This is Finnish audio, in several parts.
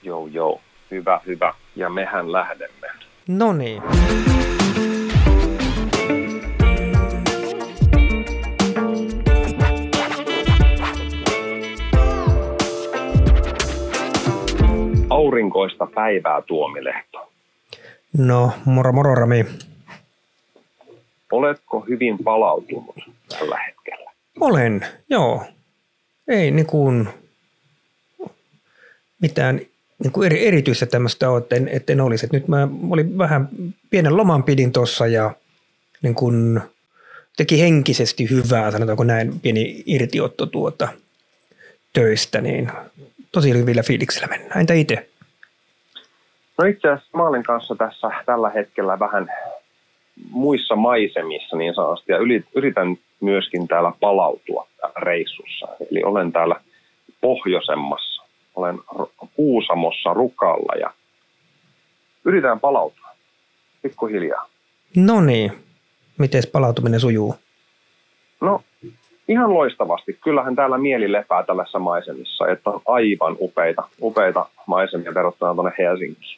Joo. Hyvä. Ja mehän lähdemme. No niin. Aurinkoista päivää, Tuomi Lehto. No, moro Rami. Oletko hyvin palautunut tällä hetkellä? Olen, joo. Ei mitään erityistä tämmöistä ole, etten olisi. Et nyt mä olin vähän pienen loman pidin tuossa ja teki henkisesti hyvää, sanotaanko näin, pieni irtiotto töistä, niin tosi hyvillä fiiliksillä mennään. Entä itse? No itse asiassa mä olen kanssa tässä tällä hetkellä vähän muissa maisemissa niin sanotusti ja yritän myöskin täällä palautua täällä reissussa. Eli olen täällä pohjoisemmassa, olen Kuusamossa Rukalla ja yritän palautua pikkuhiljaa. No niin, miten palautuminen sujuu? No ihan loistavasti. Kyllähän täällä mieli lepää tällaisessa maisemissa, että on aivan upeita maisemia verrattuna tuonne Helsinkiin.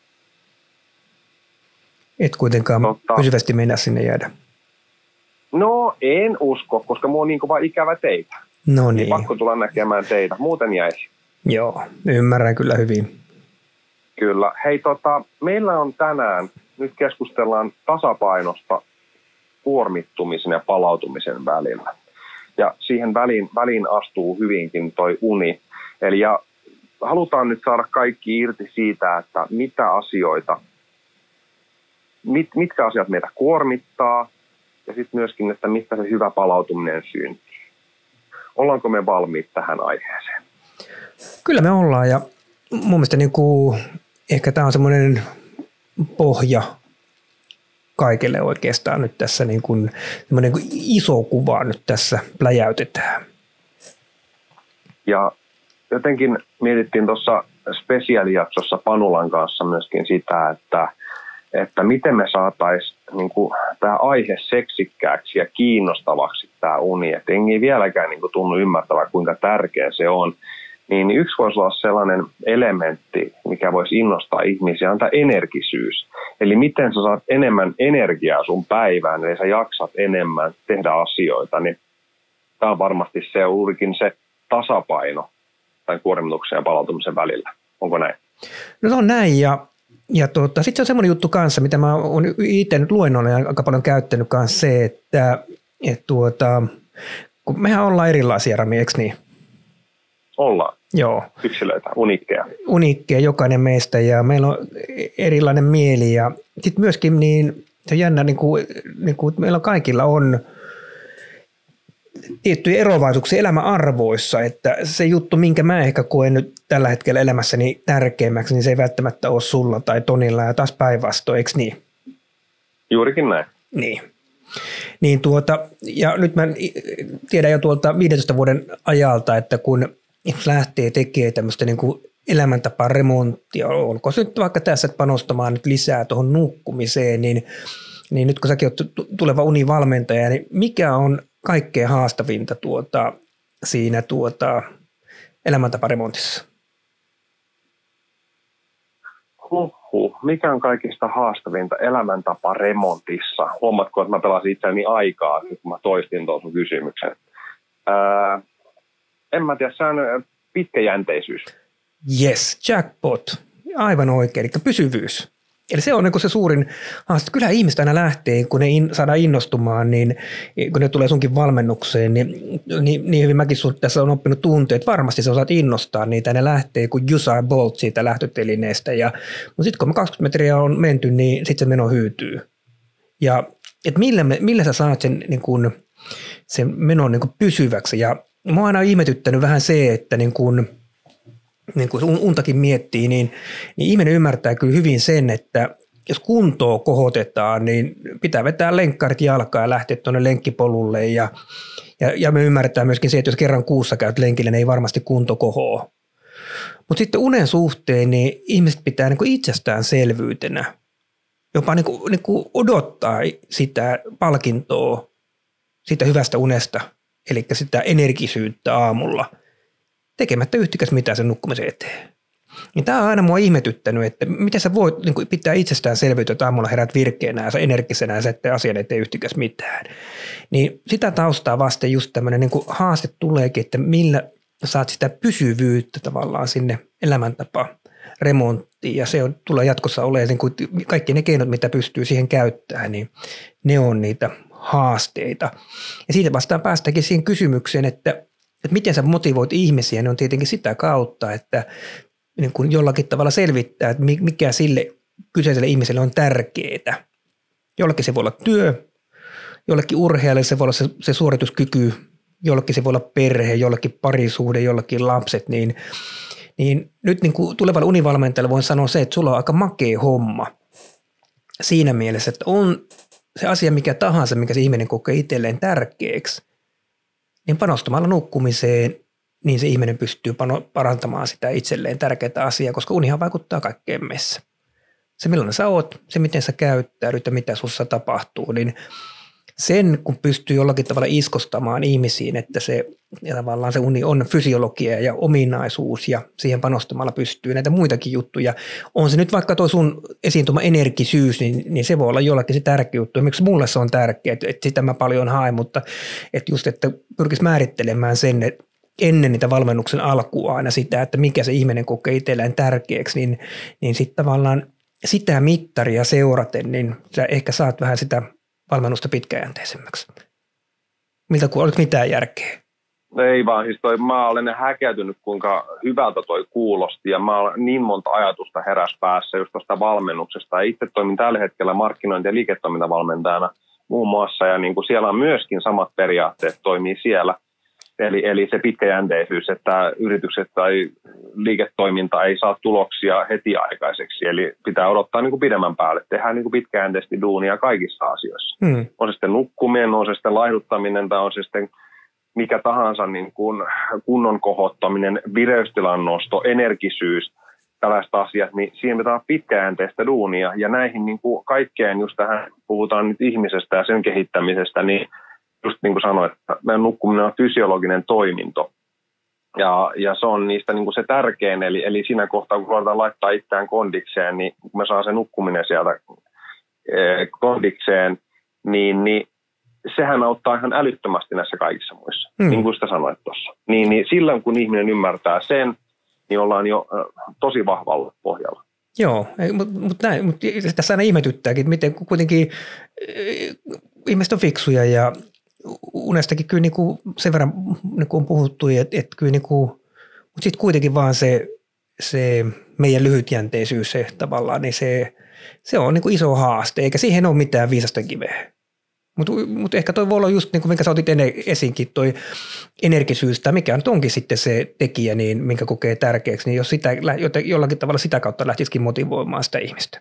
Et kuitenkaan pysyvästi mennä sinne jäädä. No en usko, koska mua on niin vaan ikävä teitä. No niin. Pakko tulla näkemään teitä, muuten jäisi. Joo, ymmärrän kyllä hyvin. Kyllä. Hei meillä on tänään, nyt keskustellaan tasapainosta kuormittumisen ja palautumisen välillä. Ja siihen väliin astuu hyvinkin toi uni. Eli halutaan nyt saada kaikki irti siitä, että mitkä asiat meitä kuormittaa ja sitten myöskin, että mistä se hyvä palautuminen syntyy. Ollaanko me valmiit tähän aiheeseen? Kyllä me ollaan ja mun mielestä ehkä tämä on semmoinen pohja kaikille oikeastaan nyt tässä semmoinen iso kuva nyt tässä pläjäytetään. Ja jotenkin mietittiin tuossa spesiaalijaksossa Panulan kanssa myöskin sitä, että miten me saataisiin tämä aihe seksikkääksi ja kiinnostavaksi tämä uni. Että ei vieläkään tunnu ymmärtävää, kuinka tärkeä se on. Niin yksi voisi olla sellainen elementti, mikä voisi innostaa ihmisiä, on tämä energisyys. Eli miten sä saat enemmän energiaa sun päivään, eli sä jaksat enemmän tehdä asioita. Niin tämä on varmasti juurikin se tasapaino tämän kuormituksen ja palautumisen välillä. Onko näin? No se on näin ja sitten se on semmoinen juttu kanssa, mitä mä oon itse nyt luennolla aika paljon käyttänyt kanssa se, että kun mehän ollaan erilaisia, Rami, eikö niin? Ollaan. Joo. Yksilöitä, uniikkeja. Uniikkeja jokainen meistä ja meillä on erilainen mieli ja sitten myöskin se on jännä, meillä kaikilla on tiettyjä eroavaisuuksia elämän arvoissa, että se juttu, minkä mä ehkä koen nyt tällä hetkellä elämässäni tärkeimmäksi, niin se ei välttämättä ole sulla tai Tonilla ja taas päinvastoin, eikö niin? Juurikin näin. Niin. Ja nyt mä tiedän jo tuolta 15 vuoden ajalta, että kun lähtee tekemään tämmöistä elämäntaparemonttia, olko se nyt vaikka tässä panostamaan nyt lisää tuohon nukkumiseen, niin nyt kun säkin olet tuleva univalmentaja, niin mikä on kaikkein haastavinta siinä elämäntaparemontissa? Mikä on kaikista haastavinta elämäntaparemontissa? Huomatko, että mä pelasin itseäni aikaa, kun mä toistin tuon sun kysymyksen. En mä tiedä, se on pitkäjänteisyys. Yes, jackpot. Aivan oikein, eli pysyvyys. Eli se on se suurin haaste. Kyllä ihmiset aina lähtee, kun ne saadaan innostumaan, niin kun ne tulee sunkin valmennukseen, niin hyvin mäkin tässä on oppinut tunteet. Varmasti sä osaat innostaa niitä, ja ne lähtee kuin Usain Bolt siitä lähtötelineestä. Mutta sitten kun me 20 metriä on menty, niin sitten se meno hyytyy. Ja et millä sä saat sen menon pysyväksi. Ja mä oon aina ihmetyttänyt vähän se, että kun untakin miettii, niin ihminen ymmärtää kyllä hyvin sen, että jos kuntoa kohotetaan, niin pitää vetää lenkkarit jalkaan ja lähteä tuonne lenkkipolulle. Ja me ymmärretään myöskin se, että jos kerran kuussa käyt lenkillä, niin ei varmasti kunto kohoo. Mutta sitten unen suhteen, niin ihmiset pitää itsestäänselvyytenä jopa odottaa sitä palkintoa siitä hyvästä unesta, eli sitä energisyyttä aamulla, tekemättä yhtikäs mitään sen nukkumisen eteen. Niin tämä on aina mua ihmetyttänyt, että miten sä voit niin kuin pitää itsestäänselvyyttä, että aamulla herät virkeänä ja sä energisenä ja sä ette asian eteen yhtikäs mitään. Niin sitä taustaa vasten just tämmöinen niin kuin haaste tuleekin, että millä saat sitä pysyvyyttä tavallaan sinne elämäntapa remonttiin ja se tulee jatkossa olemaan niin kuin kaikki ne keinot, mitä pystyy siihen käyttämään, niin ne on niitä haasteita. Ja siitä vastaan päästäänkin siihen kysymykseen, että miten sä motivoit ihmisiä, ne on tietenkin sitä kautta, että niin kuin jollakin tavalla selvittää, että mikä sille kyseiselle ihmiselle on tärkeää. Jollekin se voi olla työ, jollekin urheilijalle se voi olla se suorituskyky, jollekin se voi olla perhe, jollekin parisuhde, jollekin lapset, niin nyt niin kuin tulevalle univalmentajalle voin sanoa se, että sulla on aika makea homma siinä mielessä, että on se asia mikä tahansa, mikä se ihminen kokee itselleen tärkeäksi, niin panostamalla nukkumiseen, niin se ihminen pystyy parantamaan sitä itselleen tärkeää asiaa, koska unihan vaikuttaa kaikkeen meissä. Se millainen sä oot, se miten sä käyttäydyt ja mitä sussa tapahtuu, niin sen kun pystyy jollakin tavalla iskostamaan ihmisiin, että se tavallaan se uni on fysiologia ja ominaisuus ja siihen panostamalla pystyy näitä muitakin juttuja. On se nyt vaikka tuo sun esiintymä energisyys, niin se voi olla jollakin se tärkeä juttu. Miksi mulle se on tärkeä, että sitä mä paljon haen, mutta että just, että pyrkisi määrittelemään sen, että ennen niitä valmennuksen alkua aina sitä, että mikä se ihminen kokee itselleen tärkeäksi, niin sitten tavallaan sitä mittaria seuraten, niin sä ehkä saat vähän sitä valmennusta pitkäjänteisemmäksi. Miltä oliko mitään järkeä? Ei vaan, siis mä olen häkeltynyt, kuinka hyvältä toi kuulosti ja mä olen niin monta ajatusta heräs päässä just tuosta valmennuksesta. Ja itse toimin tällä hetkellä markkinointi- ja liiketoimintavalmentajana muun muassa ja niin kuin siellä on myöskin samat periaatteet toimii siellä. Eli se pitkäjänteisyys, että yritykset tai liiketoiminta ei saa tuloksia heti aikaiseksi. Eli pitää odottaa niin kuin pidemmän päälle. Tehdään niin kuin pitkäjänteisesti duunia kaikissa asioissa. On se sitten nukkuminen, on se sitten laihduttaminen tai on se sitten mikä tahansa niin kuin kunnon kohottaminen, vireystilan nosto, energisyys, tällaiset asiat, niin siihen pitää olla pitkäjänteistä duunia. Ja näihin niin kuin kaikkeen, just tähän puhutaan nyt ihmisestä ja sen kehittämisestä, niin just niin kuin sanoin, että meidän nukkuminen on fysiologinen toiminto. Ja se on niistä niin kuin se tärkein, eli siinä kohtaa, kun ruvetaan laittaa itseään kondikseen, niin kun me saa se nukkuminen sieltä kondikseen, niin sehän auttaa ihan älyttömästi näissä kaikissa muissa, niin kuin sitä sanoit tuossa. Niin silloin, kun ihminen ymmärtää sen, niin ollaan jo tosi vahvalla pohjalla. Joo, mutta tässä aina ihmetyttääkin, että miten kuitenkin ihmiset on fiksuja ja unestakin kyllä niinku sen verran niinku on puhuttu, että kyllä niinku, mutta sitten kuitenkin vaan se meidän lyhytjänteisyys se tavallaan, niin se on niinku iso haaste, eikä siihen ole mitään viisasta kiveä. Mutta ehkä toi voi olla just niin kuin minkä sä otit esiinkin, toi energisyys tai mikä nyt onkin sitten se tekijä, niin minkä kokee tärkeäksi, niin jos sitä, jollakin tavalla sitä kautta lähtisikin motivoimaan sitä ihmistä.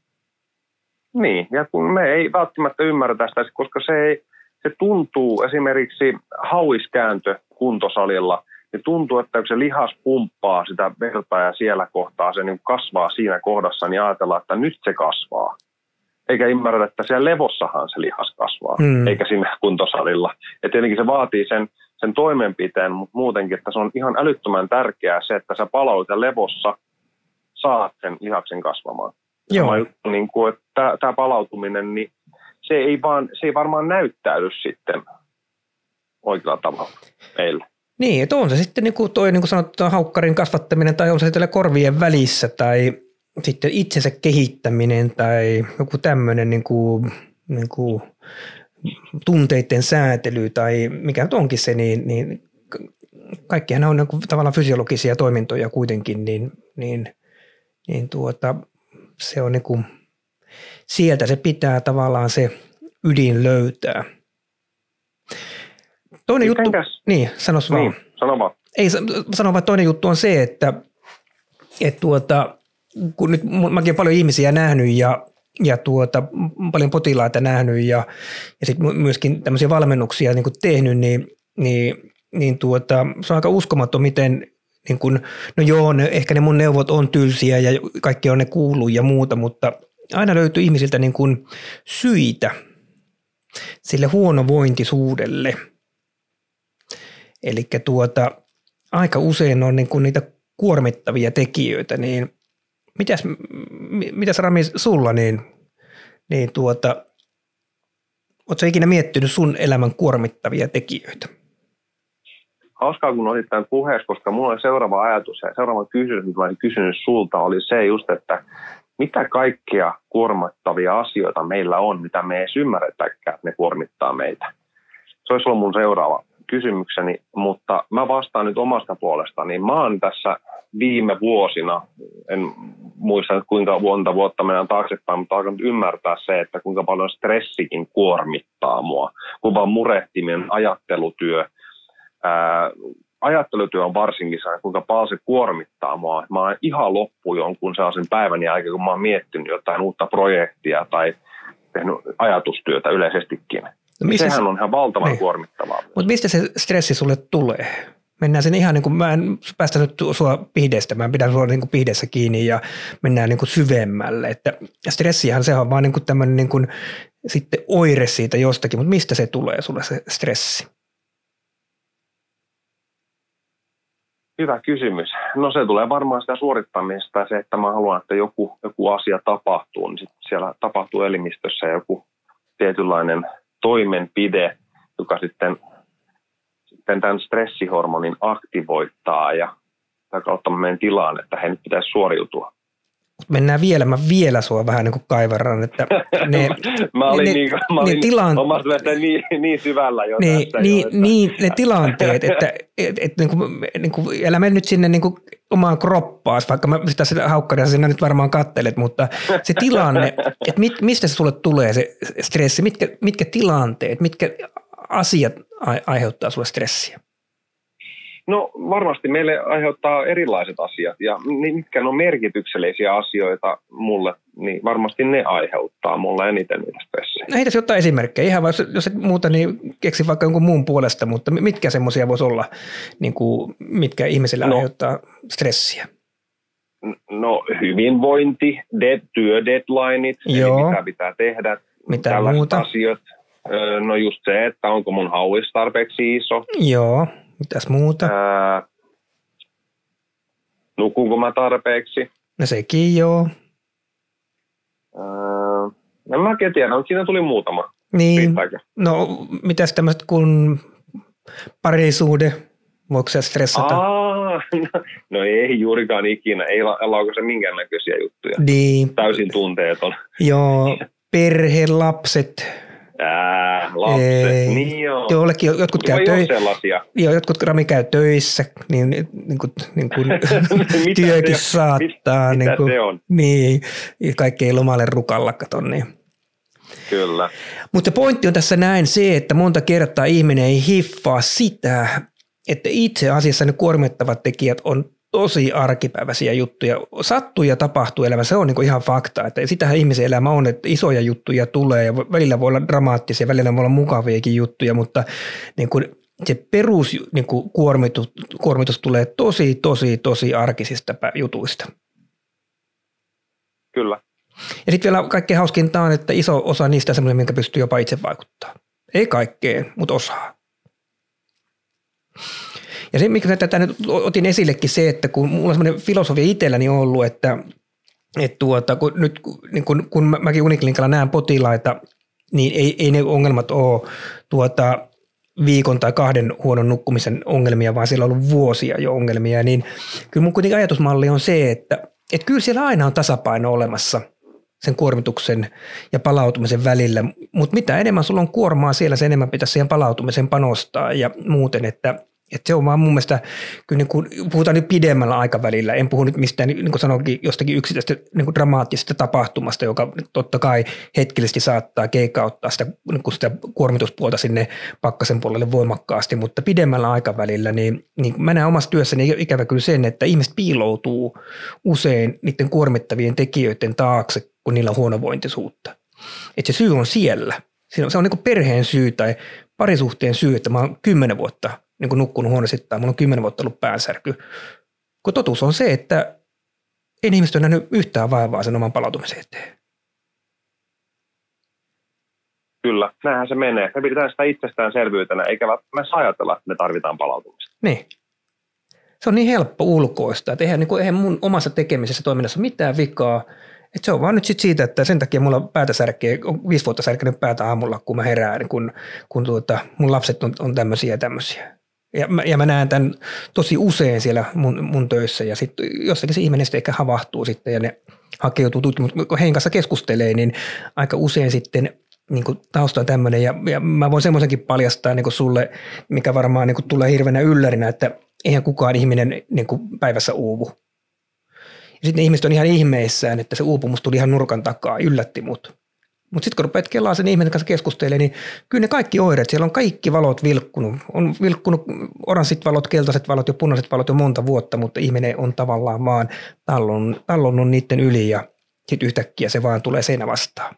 Niin, ja kun me ei välttämättä ymmärretä sitä, koska se tuntuu esimerkiksi hauiskääntö kuntosalilla, niin tuntuu, että kun se lihas pumppaa sitä verta ja siellä kohtaa se niin kasvaa siinä kohdassa, niin ajatellaan, että nyt se kasvaa. Eikä ymmärretä, että siellä levossahan se lihas kasvaa, eikä siinä kuntosalilla. Ja tietenkin se vaatii sen toimenpiteen, mutta muutenkin, että se on ihan älyttömän tärkeää se, että sä palautat ja levossa saat sen lihaksen kasvamaan. Sama juttu, niin kuin, että tämä palautuminen, niin se ei varmaan näyttäydy sitten oikealla tavalla meille. Niin, että on se sitten niin kuin toi niin kuin sanotaan haukkarin kasvattaminen tai on se sitten korvien välissä tai sitten itsensä kehittäminen tai joku tämmöinen niin kuin tunteiden säätely tai mikä nyt onkin se, niin kaikkihan on niin kuin tavallaan fysiologisia toimintoja kuitenkin, niin se on niin kuin, sieltä se pitää tavallaan se ydin löytää. Toinen juttu, niin sanos vaan. Niin, sano vaan. Ei, sano vaan, toinen juttu on se, että kun nyt mäkin olen paljon ihmisiä nähnyt ja paljon potilaita nähnyt ja sitten myöskin tämmöisiä valmennuksia niin kuin tehnyt, niin se on aika uskomaton, miten niin kuin, no joo, ehkä ne mun neuvot on tylsiä ja kaikki on ne kuuluu ja muuta, mutta aina löytyy ihmisiltä niin kuin syitä sille huonovointisuudelle. Eli aika usein on niin kuin niitä kuormittavia tekijöitä, niin mitäs Rami sulla, ootko ikinä miettinyt sun elämän kuormittavia tekijöitä? Hauskaa, kun otit tämän puheeksi, koska mulla oli seuraava ajatus ja seuraava kysymys, mitä olisin kysynyt sulta, oli se just, että mitä kaikkia kuormittavia asioita meillä on, mitä me ei edes ymmärretäkään, että ne kuormittaa meitä. Se olisi ollut mun seuraava kysymykseni, mutta mä vastaan nyt omasta puolestani. Mä oon tässä viime vuosina, en muista kuinka monta vuotta mennään taaksepäin, mutta alkanut ymmärtää se, että kuinka paljon stressikin kuormittaa mua. Kuinka murehtiminen, ajattelutyö on varsinkin se, kuinka paljon se kuormittaa mua. Mä oon ihan loppu jonkun sellaisen päivän jälkeen, kun mä oon miettinyt jotain uutta projektia tai tehnyt ajatustyötä yleisestikin. No sehän on ihan valtavan kuormittavaa. Mutta mistä se stressi sulle tulee? Mennään sinne ihan niin kuin, mä en päästä nyt sua pihdeestä, mä pidän sua niin kuin pihdeessä kiinni ja mennään niin kuin syvemmälle. Että stressihän se on vaan niin kuin tämmöinen niin kuin sitten oire siitä jostakin, mutta mistä se tulee sulle se stressi? Hyvä kysymys. No se tulee varmaan sitä suorittamista, se, että mä haluan, että joku asia tapahtuu, niin sit siellä tapahtuu elimistössä joku tietynlainen toimenpide, joka sitten tämän stressihormonin aktivoittaa ja sitä kautta mä menen tilaan, että he nyt pitäisi suoriutua. Mennään vielä, mä vielä sua vähän niin kuin kaiverran, että mä olin omasta niin syvällä jo tässä. Ne tilanteet, että niin kuin, älä mene nyt sinne niin kuin omaan kroppaas, vaikka mä sitä haukkaria sinä nyt varmaan kattelet, mutta se tilanne, että mistä se sulle tulee se stressi, mitkä tilanteet, mitkä asiat aiheuttaa sulle stressiä? No varmasti meille aiheuttaa erilaiset asiat ja mitkä on merkityksellisiä asioita mulle, niin varmasti ne aiheuttaa mulle eniten niitä stressiä. No heitäsi jotain esimerkkejä. Ihan vaan, jos et muuta, niin keksi vaikka jonkun muun puolesta, mutta mitkä semmoisia voisi olla, niin kuin, mitkä ihmisille aiheuttaa stressiä? No hyvinvointi, työdeadlineit, mitä pitää tehdä. Mitä muuta? Asiat. No just se, että onko mun hauis tarpeeksi iso. Joo. Mitäs muuta? Nukunko mä tarpeeksi? No sekin joo. En mä oikein tiedä, siinä tuli muutama. Niin, riittääkö? No mitäs tämmöiset kuin parisuhde, voiko se stressata? No ei juurikaan ikinä, ei lauko se minkäännäköisiä juttuja. Niin. Täysin tunteeton. Joo, perhe, lapset. Lapset, niin joo. Jotkut käy jotkut Rami käy töissä, niin kuin työkin saattaa. Mitä se on? Niin, kaikki ei lomalle rukalla, kato niin. Kyllä. Mutta pointti on tässä näin se, että monta kertaa ihminen ei hiffaa sitä, että itse asiassa ne kuormittavat tekijät on tosi arkipäiväisiä juttuja. Sattuu ja tapahtuu elämässä, se on niin ihan fakta. Että sitähän ihmisen elämä on, että isoja juttuja tulee ja välillä voi olla dramaattisia, välillä voi olla mukaviakin juttuja, mutta niin kuin se perus niin kuin kuormitus tulee tosi arkisista jutuista. Kyllä. Ja sitten vielä kaikkein hauskinta on, että iso osa niistä on semmoinen, minkä pystyy jopa itse vaikuttaa. Ei kaikkeen, mutta osaa. Ja se, mikä tätä nyt otin esillekin se, että kun mulla on semmoinen filosofia itselläni ollut, että kun mäkin Uniklinikalla näen potilaita, niin ei ne ongelmat ole viikon tai 2 huonon nukkumisen ongelmia, vaan siellä on ollut vuosia jo ongelmia, niin kyllä mun kuitenkin ajatusmalli on se, että kyllä siellä aina on tasapaino olemassa sen kuormituksen ja palautumisen välillä, mutta mitä enemmän sulla on kuormaa siellä, sen enemmän pitäisi siihen palautumiseen panostaa ja muuten, että se on vaan mun mielestä, kyllä niin kuin, puhutaan nyt pidemmällä aikavälillä, en puhu nyt mistään, niin kuin sanoinkin, jostakin yksittäisestä niin kuin dramaattisesta tapahtumasta, joka totta kai hetkellisesti saattaa keikauttaa sitä, niin kuin sitä kuormituspuolta sinne pakkasen puolelle voimakkaasti, mutta pidemmällä aikavälillä, niin mä näen omassa työssäni ikävä kyllä sen, että ihmiset piiloutuu usein niiden kuormittavien tekijöiden taakse, kun niillä on huonovointisuutta. Että se syy on siellä. Se on niin kuin perheen syy tai parisuhteen syy, että mä oon 10 vuotta niin kuin nukkunut huonosti tai mulla on 10 vuotta ollut päänsärky. Kun totuus on se, että ei ihmiset ole nähnyt yhtään vaivaa sen oman palautumisen eteen. Kyllä, näinhän se menee. Me pidetään sitä itsestäänselvyytenä, eikä me saa ajatella, että me tarvitaan palautumista. Niin. Se on niin helppo ulkoista, että eihän mun omassa tekemisessä toiminnassa mitään vikaa. Että se on vaan nyt sit siitä, että sen takia mulla päätä särkee, on 5 vuotta särkenyt päätä aamulla, kun mä herään, kun mun lapset on tämmöisiä ja tämmöisiä. Ja mä näen tämän tosi usein siellä mun töissä ja sitten jossakin se ihminen sitten ehkä havahtuu sitten ja ne hakeutuu tutkimukseen. Kun heidän kanssa keskustelee, niin aika usein sitten niin kuin tausta on tämmöinen ja mä voin semmoisenkin paljastaa niin kuin sulle, mikä varmaan niin kuin tulee hirveänä yllärinä, että eihän kukaan ihminen niin kuin päivässä uuvu. Ja sitten ne ihmiset on ihan ihmeissään, että se uupumus tuli ihan nurkan takaa, yllätti mut. Mutta sitten kun rupeat kelaa sen ihmisen kanssa keskustelemaan, niin kyllä ne kaikki oireet, siellä on kaikki valot vilkkunut. On vilkkunut oranssit valot, keltaiset valot ja punaiset valot jo monta vuotta, mutta ihminen on tavallaan vaan tallonnut niiden yli ja sitten yhtäkkiä se vaan tulee seinä vastaan.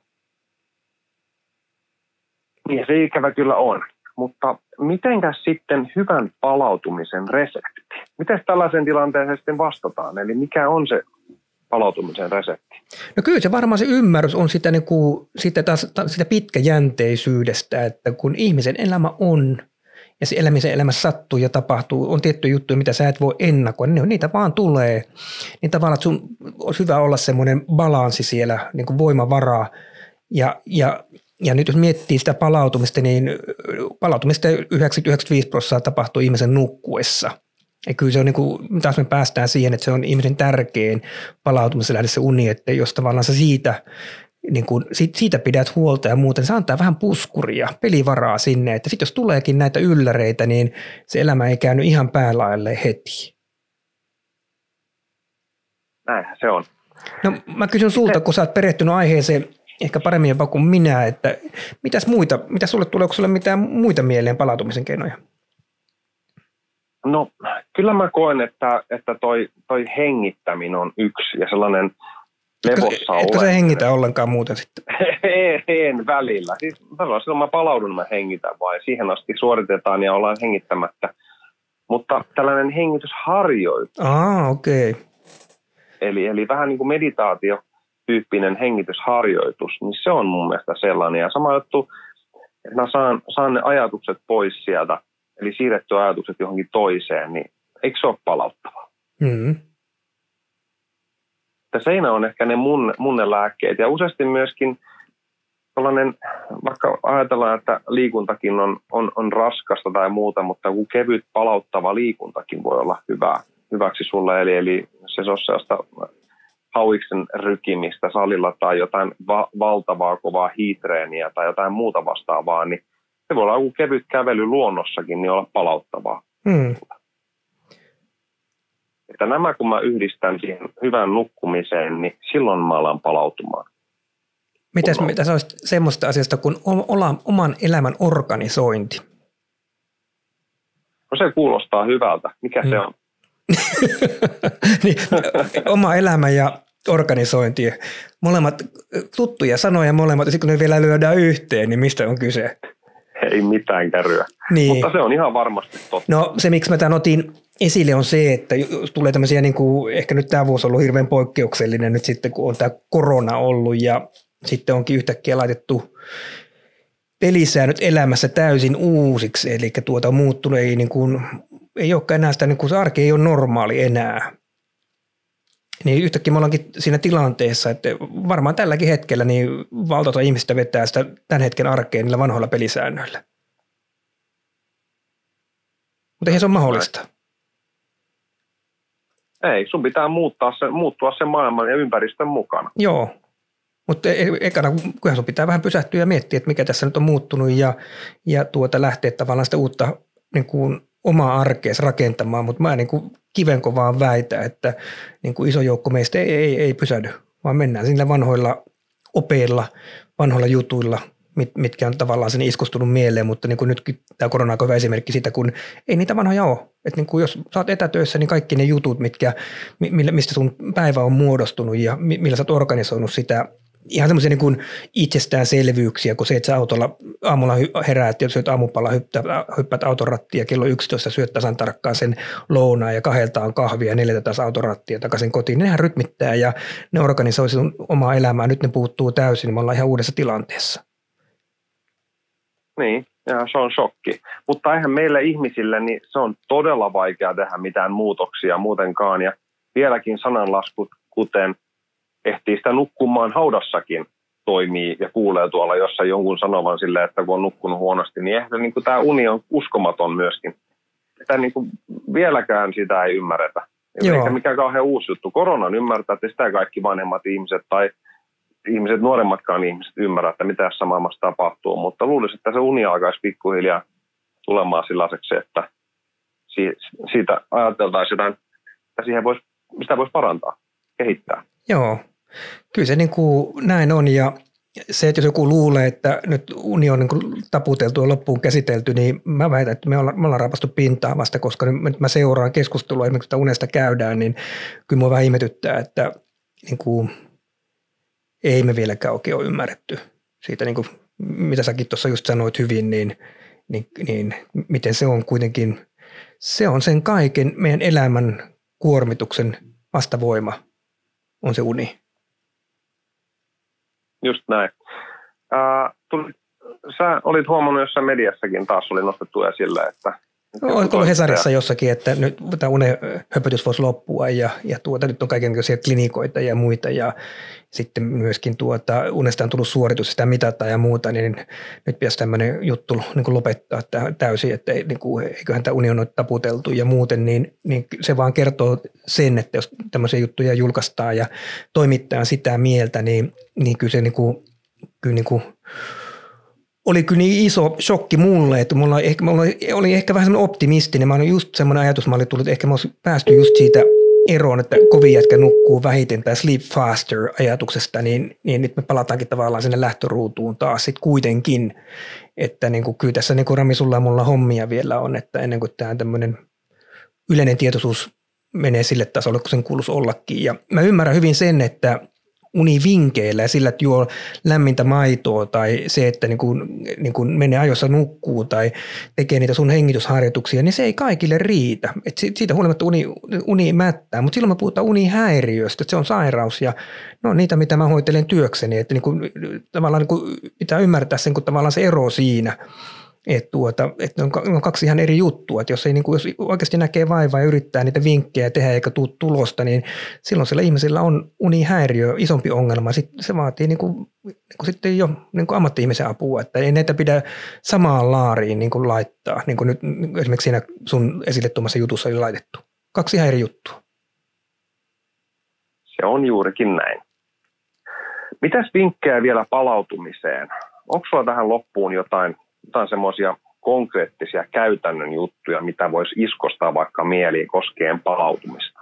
Niin se ikävä kyllä on, mutta mitenkäs sitten hyvän palautumisen resepti? Miten tällaisen tilanteeseen sitten vastataan? Eli mikä on se palautumisen resepti? No kyllä se varmaan se ymmärrys on sitä, niin kuin, sitä pitkäjänteisyydestä, että kun ihmisen elämä on ja se elämässä sattuu ja tapahtuu, on tiettyjä juttuja, mitä sä et voi ennakoida, niin niitä vaan tulee. Niin tavallaan, että sun olisi hyvä olla semmoinen balanssi siellä, niin kuin voimavaraa ja nyt jos miettii sitä palautumista, niin palautumista 90-95% tapahtuu ihmisen nukkuessa. Ja kyllä se on niin kuin, taas me päästään siihen, että se on ihmisen tärkein palautumisen lähde se uni, että jos tavallaan sä siitä pidät huolta ja muuten, se antaa vähän puskuria, pelivaraa sinne, että sitten jos tuleekin näitä ylläreitä, niin se elämä ei käynyt ihan päälaille heti. Näinhän se on. No mä kysyn sulta, kun sä oot perehtynyt aiheeseen ehkä paremmin jopa kuin minä, että mitä sulle tulee, onko sulle mitään muita mieleen palautumisen keinoja? No kyllä mä koen, että toi hengittäminen on yksi ja sellainen levossa etkö sä hengitä ollenkaan muuten sitten? En välillä. Siis silloin mä palaudun, mä hengitän vai siihen asti suoritetaan ja ollaan hengittämättä. Mutta tällainen hengitysharjoitus. Okei. Okay. Eli vähän niin kuin meditaatiotyyppinen hengitysharjoitus, niin se on mun mielestä sellainen. Ja sama juttu, että mä saan ne ajatukset pois sieltä. Eli siirretty ajatukset johonkin toiseen, niin eikö se ole palauttavaa? Mm-hmm. Seinä on ehkä ne mun ne lääkkeet. Ja useasti myöskin sellainen, vaikka ajatellaan, että liikuntakin on raskasta tai muuta, mutta joku kevyt palauttava liikuntakin voi olla hyväksi sulle. Eli se on sellaista hauiksen rykimistä salilla tai jotain valtavaa kovaa hiitreeniä tai jotain muuta vastaavaa, niin se voi olla joku kevyt kävely luonnossakin, niin olla palauttavaa. Että nämä kun mä yhdistän siihen hyvään nukkumiseen, niin silloin mä alan palautumaan. Mitä se olisi semmoista asiasta kuin oman elämän organisointi? No se kuulostaa hyvältä. Mikä se on? Niin, oma elämä ja organisointi. Molemmat tuttuja sanoja molemmat, ja sitten kun ne vielä lyödään yhteen, niin mistä on kyse? Ei mitään kärryä, niin. Mutta se on ihan varmasti totta. No se, miksi mä tämän otin esille, on se, että jos tulee tämmöisiä, niin kuin, ehkä nyt tämä vuosi on ollut hirveän poikkeuksellinen nyt sitten, kun on tämä korona ollut ja sitten onkin yhtäkkiä laitettu pelisäännöt elämässä täysin uusiksi, eli on muuttunut, ei olekaan enää sitä, niin kuin se arki ei ole normaali enää. Niin yhtäkkiä me ollaankin siinä tilanteessa, että varmaan tälläkin hetkellä niin valtaosa ihmistä vetää sitä tämän hetken arkeen niillä vanhoilla pelisäännöillä. Mutta eihän se ole mahdollista. Ei, sun pitää muuttua sen maailman ja ympäristön mukana. Joo, mutta ekana kyllähän sun pitää vähän pysähtyä ja miettiä, että mikä tässä nyt on muuttunut ja lähteä tavallaan sitä uutta niin kuin omaa arkeessa rakentamaan, mutta mä niin kuin kivenkovaan väitä, että niin kuin iso joukko meistä ei pysähdy, vaan mennään sillä vanhoilla opeilla, vanhoilla jutuilla, mitkä on tavallaan sen iskostunut mieleen, mutta niin kuin nytkin tämä korona on hyvä esimerkki siitä, kun ei niitä vanhoja ole. Että niin kuin jos sä oot etätöissä, niin kaikki ne jutut, mistä sun päivä on muodostunut ja millä sä oot organisoinut sitä, ihan semmoisia niin kuin itsestäänselvyyksiä, kun se, että sä autolla aamulla heräät ja syöt aamupalla, hyppäät autorattia kello 11, syöt tasan tarkkaan sen lounaan ja 2 on kahvia ja 4 taas autorattia takaisin kotiin. Nehän rytmittää ja ne organisoi sun omaa elämää. Nyt ne puuttuu täysin, niin me ollaan ihan uudessa tilanteessa. Niin, Ja se on shokki. Mutta eihän meille ihmisille, niin se on todella vaikea tehdä mitään muutoksia muutenkaan. Ja vieläkin sananlaskut, kuten ehtii sitä nukkumaan haudassakin, toimii ja kuulee tuolla jossain jonkun sanovan silleen, että kun on nukkunut huonosti, niin ehkä niin tämä uni on uskomaton myöskin. Että niin kuin vieläkään sitä ei ymmärretä. Eikä mikään kauhean uusi juttu. Koronan ymmärtää, että sitä kaikki vanhemmat ihmiset tai ihmiset, nuoremmatkaan ihmiset ymmärrä, että mitä tässä maailmassa tapahtuu. Mutta luulisin, että se uni alkaisi pikkuhiljaa tulemaan sellaiseksi, että siitä ajateltaisiin jotain, että sitä voisi parantaa, kehittää. Joo, kyllä se niin kuin näin on ja se, että jos joku luulee, että nyt uni on niin kuin taputeltu ja loppuun käsitelty, niin mä väitän, että me ollaan raapastu pintaa vasta, koska nyt mä seuraan keskustelua, esimerkiksi kun unesta käydään, niin kyllä mua vähän ihmetyttää, että niin kuin ei me vieläkään oikein ole ymmärretty siitä, niin kuin, mitä säkin tuossa just sanoit hyvin, niin miten se on kuitenkin, se on sen kaiken meidän elämän kuormituksen vastavoima, on se uni. Just näin. Sä olit huomannut jossain mediassakin taas oli nostettu esille, että oletko ollut Hesarissa jossakin, että nyt tämä unen höpötys voisi loppua ja nyt on kaikenlaisia klinikoita ja muita ja sitten myöskin unesta on tullut suoritus, sitä mitataan ja muuta, niin nyt pitäisi tämmöinen juttu niin kuin lopettaa täysin, että eiköhän tämä uni on taputeltu ja muuten, niin se vaan kertoo sen, että jos tämmöisiä juttuja julkaistaan ja toimittaa sitä mieltä, niin kyllä se oli kyllä niin iso shokki mulle, että mulla oli ehkä vähän semmoinen optimistinen. Mä olin just semmoinen ajatus, mä olin tullut, että ehkä mä olisin päästy just siitä eroon, että kovin jätkä nukkuu vähiten tai sleep faster ajatuksesta, niin nyt me palataankin tavallaan sinne lähtöruutuun taas sitten kuitenkin, että niin kuin, kyllä tässä niin kuin Rami, sulla ja mulla hommia vielä on, että ennen kuin tämä tämmöinen yleinen tietoisuus menee sille tasolle, kun sen kuuluisi ollakin. Ja mä ymmärrän hyvin sen, että univinkkeillä ja sillä, että juo lämmintä maitoa tai se, että niin kun menee ajoissa nukkuu tai tekee niitä sun hengitysharjoituksia, niin se ei kaikille riitä. Et siitä huolimatta uni mättää, mutta silloin me puhutaan unihäiriöstä, että se on sairaus ja no niitä, mitä mä hoitelen työkseni, että tavallaan pitää ymmärtää sen, kun tavallaan se ero siinä. Että on kaksi ihan eri juttua, että jos oikeasti näkee vaivaa ja yrittää niitä vinkkejä tehdä eikä tule tulosta, niin silloin sillä ihmisellä on unihäiriö, isompi ongelma. Sitten se vaatii sitten jo ammatti-ihmisen apua, että ei näitä pidä samaan laariin laittaa, niin kuin nyt esimerkiksi siinä sun esille tuomassa jutussa oli laitettu. Kaksi ihan eri juttua. Se on juurikin näin. Mitäs vinkkejä vielä palautumiseen? Onko sulla tähän loppuun jotain semmoisia konkreettisia käytännön juttuja, mitä voisi iskostaa vaikka mieliin koskien palautumista?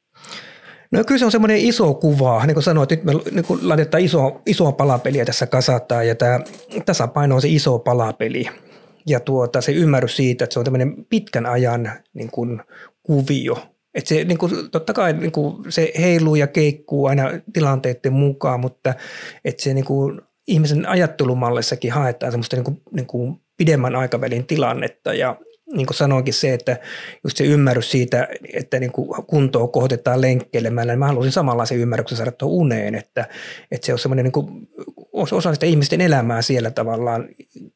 No kyllä se on semmoinen iso kuva. Niin kuin sanoit, nyt me laitetaan isoa palapeliä tässä kasataan ja tämä tasapaino on se iso palapeli. Ja se ymmärrys siitä, että se on tämmöinen pitkän ajan niin kuin kuvio. Että se totta kai se heiluu ja keikkuu aina tilanteiden mukaan, mutta että se ihmisen ajattelumallissakin haetaan semmoista pidemmän aikavälin tilannetta ja niin kuin sanoinkin se, että just se ymmärrys siitä, että kuntoa kohdetaan lenkkeilemällä, niin mä haluaisin samanlaisen ymmärryksen saada tuon uneen, että se on semmoinen osa sitä ihmisten elämää siellä tavallaan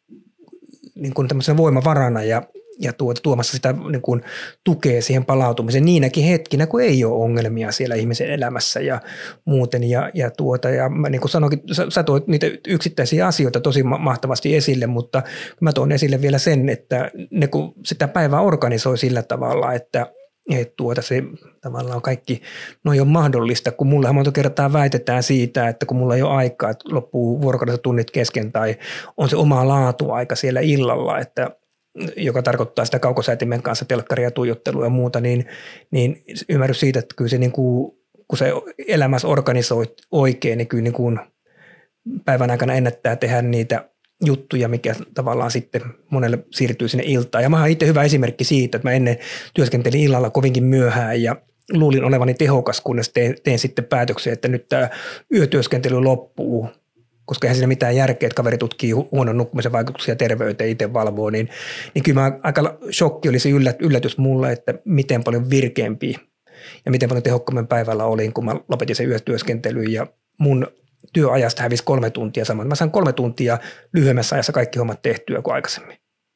tämmöisenä voimavarana ja tuomassa sitä tukea siihen palautumiseen niinäkin hetkinä, kun ei ole ongelmia siellä ihmisen elämässä ja muuten. Ja mä niin kuin sanoinkin, sä toit niitä yksittäisiä asioita tosi mahtavasti esille, mutta mä tuon esille vielä sen, että ne kun sitä päivää organisoi sillä tavalla, että se tavallaan kaikki, no ei ole mahdollista, kun mulle monta kertaa väitetään siitä, että kun mulla ei ole aikaa, että loppuu vuorokaudessa tunnit kesken tai on se oma laatuaika siellä illalla, että joka tarkoittaa sitä kaukosäätimen kanssa telkkaria, tuijottelua ja muuta, niin ymmärrys siitä, että kyllä se kun se elämässä organisoit oikein, niin kyllä päivän aikana ennättää tehdä niitä juttuja, mikä tavallaan sitten monelle siirtyy sinne iltaan. Ja mä oon itse hyvä esimerkki siitä, että mä ennen työskentelin illalla kovinkin myöhään ja luulin olevani tehokas, kunnes tein sitten päätöksen, että nyt tämä yötyöskentely loppuu, koska eihän siinä mitään järkeä, että kaveri tutkii huonon nukkumisen vaikutuksia terveyteen, itse valvoo, niin kyllä aika shokki oli se yllätys mulle, että miten paljon virkeämpi ja miten paljon tehokkaammin päivällä olin, kun mä lopetin sen yötyöskentelyn ja mun työajasta hävisi 3 tuntia samoin. Mä sain 3 tuntia lyhyemmässä ajassa kaikki hommat tehtyä kuin aikaisemmin.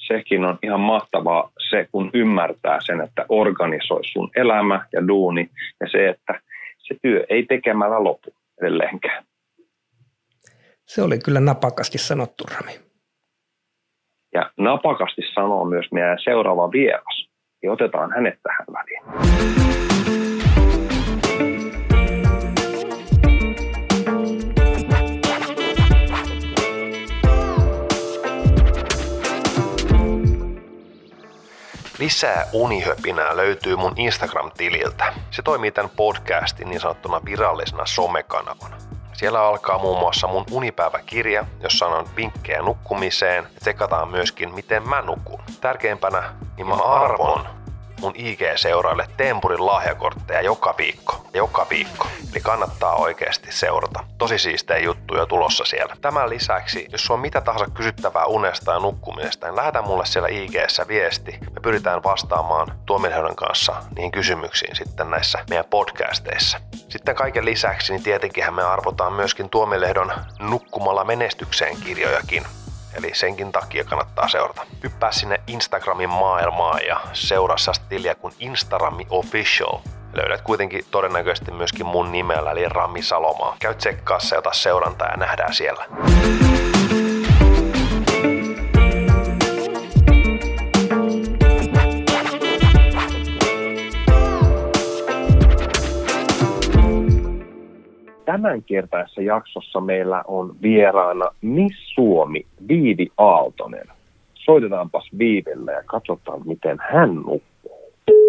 sekin on ihan mahtavaa se, kun ymmärtää sen, että organisoi sun elämä ja duuni ja se, että se työ ei tekemällä lopu edelleenkään. Se oli kyllä napakasti sanottu, Rami. Ja napakasti sanoo myös meidän seuraava vieras. Ja otetaan hänet tähän väliin. Lisää unihöpinää löytyy mun Instagram-tililtä. Se toimii tämän podcastin niin sanottuna virallisena somekanavana. Siellä alkaa muun muassa mun unipäiväkirja, jossa on vinkkejä nukkumiseen ja tsekataan myöskin, miten mä nukun. Tärkeimpänä, niin mä arvon mun IG-seuraille Tempurin lahjakortteja joka viikko. Eli kannattaa oikeasti seurata. Tosi siistejä juttuja tulossa siellä. Tämän lisäksi, jos sulla on mitä tahansa kysyttävää unesta ja nukkumisesta, niin lähetä mulle siellä IG:ssä viesti. Me pyritään vastaamaan Tuomilehdon kanssa niihin kysymyksiin sitten näissä meidän podcasteissa. Sitten kaiken lisäksi, niin tietenkinhän me arvotaan myöskin Tuomilehdon Nukkumalla menestykseen -kirjojakin. Eli senkin takia kannattaa seurata. Hyppää sinne Instagramin maailmaan ja seuraa sellaista tiliä kuin Instarami Official. Löydät kuitenkin todennäköisesti myöskin mun nimellä, eli Rami Salomaa. Käy tsekkaa se, ota seurantaa ja nähdään siellä. Tämänkertaisessa jaksossa meillä on vieraana Miss Suomi Viivi Aaltonen. Soitetaanpas Viiville ja katsotaan, miten hän nukkuu.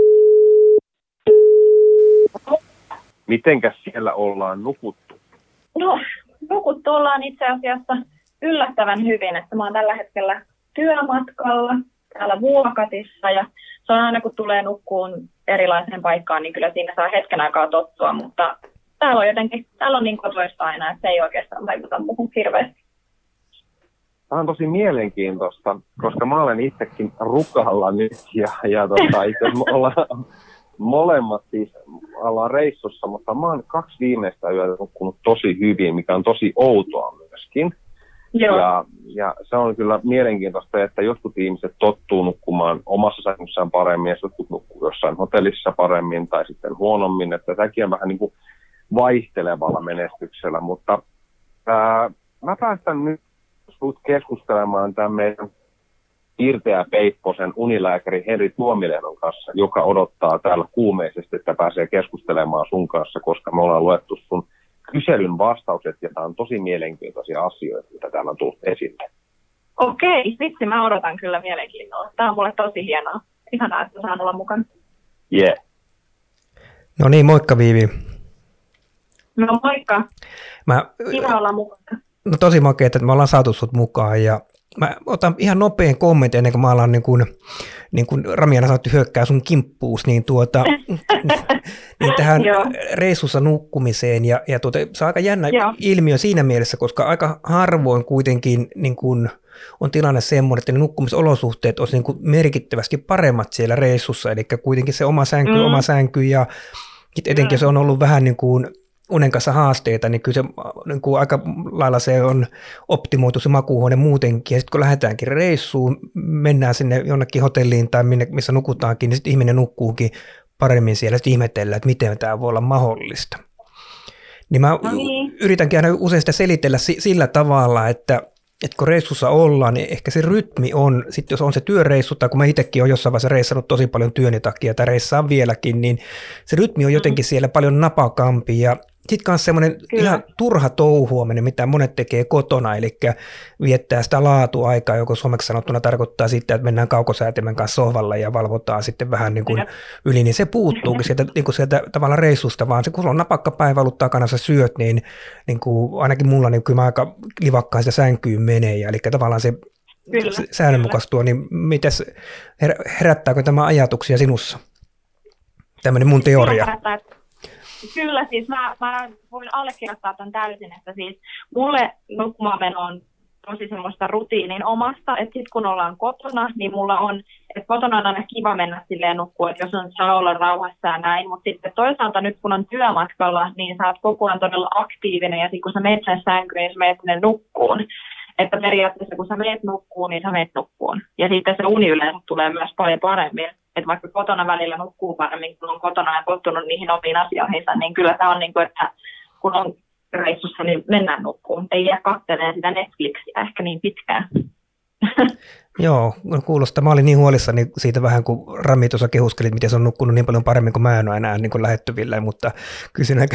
Mitenkäs siellä ollaan nukuttu? No, nukuttu ollaan itse asiassa yllättävän hyvin, että mä oon tällä hetkellä työmatkalla täällä Vuokatissa ja se on aina kun tulee nukkuun erilaiseen paikkaan, niin kyllä siinä saa hetken aikaa tottua, mutta täällä on niin kotoista aina, että se ei oikeastaan vaikuta muuhun hirveästi. Tämä on tosi mielenkiintoista, koska mä olen itsekin rukalla nyt ja itse ollaan molemmat siis ollaan reissussa, mutta mä oon 2 viimeistä yötä nukkunut tosi hyvin, mikä on tosi outoa myöskin. Ja se on kyllä mielenkiintoista, että jotkut ihmiset tottuu nukkumaan omassa sängyssään paremmin ja jotkut nukkuu jossain hotellissa paremmin tai sitten huonommin, että tämäkin on vähän niin kuin vaihtelevalla menestyksellä, mutta mä päästän nyt keskustelemaan tämän meidän Pirteä Peipposen unilääkäri Henri Tuomilehdon kanssa, joka odottaa täällä kuumeisesti, että pääsee keskustelemaan sun kanssa, koska me ollaan luettu sun kyselyn vastaukset ja tämä on tosi mielenkiintoisia asioita, mitä täällä on tullut esille. Okei, vitsi, mä odotan kyllä mielenkiinnolla. Tämä on mulle tosi hienoa. Ihanaa, että saan olla mukana. Yeah. No niin, moikka Viivi. No moikka. Kiva olla mukana. No tosi makea, että me ollaan saatu sut mukaan ja mä otan ihan nopean kommentin ennen kuin mä alan niin kuin Rami aina sanottu hyökkää sun kimppuus, niin niin tähän reissussa nukkumiseen ja se on aika jännä ilmiö siinä mielessä, koska aika harvoin kuitenkin niin kuin on tilanne semmoinen, että ne nukkumisolosuhteet olisi niin kuin merkittävästi paremmat siellä reissussa, eli kuitenkin se oma sänky ja etenkin se on ollut vähän niin kuin unen kanssa haasteita, niin kyllä se niin kuin aika lailla se on optimoitu se makuuhuone muutenkin. Ja sitten kun lähdetäänkin reissuun, mennään sinne jonnekin hotelliin tai missä nukutaankin, niin sitten ihminen nukkuukin paremmin siellä. Sitten ihmetellään, että miten tämä voi olla mahdollista. Niin mä yritänkin aina usein sitä selitellä sillä tavalla, että kun reissussa ollaan, niin ehkä se rytmi on, sitten jos on se työreissu, tai kun mä itsekin olen jossain vaiheessa reissannut tosi paljon työni takia, tai reissaan vieläkin, niin se rytmi on jotenkin siellä paljon napakampi, ja sitten myös semmoinen ihan turha touhuaminen, mitä monet tekee kotona, eli viettää sitä laatuaikaa, joka suomeksi sanottuna tarkoittaa sitä, että mennään kaukosäätimen kanssa sohvalle ja valvotaan sitten vähän niin kuin yli, niin se puuttuukin sieltä tavallaan reissusta, vaan se kun on napakka päivä ollut takana, sä syöt, niin kuin ainakin mulla niin kyllä mä aika livakkaan sitä sänkyyn menee, eli tavallaan se säännönmukaistua, niin mites, herättääkö tämä ajatuksia sinussa? Tämmöinen mun teoria. Kyllä, siis mä voin allekirjoittaa tämän täysin, että siis mulle nukkumaanmeno on tosi semmoista rutiinin omasta, että sit kun ollaan kotona, niin mulla on, että kotona on aina kiva mennä silleen nukkua, että jos on saa olla rauhassa ja näin, mutta sitten toisaalta nyt kun on työmatkalla, niin sä oot koko ajan todella aktiivinen ja sitten kun sä menet sen sänkyyn, niin sä menet sinne nukkuun. Että periaatteessa kun sä meet nukkuun, niin sä meet nukkuun. Ja sitten se uni yleensä tulee myös paljon paremmin. Että vaikka kotona välillä nukkuu paremmin, kun on kotona ja tottunut niihin omiin asioihinsa, niin kyllä tämä on niin kuin, että kun on reissussa, niin mennään nukkuun. Ei jää katselemaan sitä Netflixiä ehkä niin pitkään. Joo, kuulostaa. Mä olin niin huolissani siitä vähän, kun Rami tuossa kehuskeli, miten se on nukkunut niin paljon paremmin kuin mä en ole enää niin lähettyvillä, mutta kyllä siinä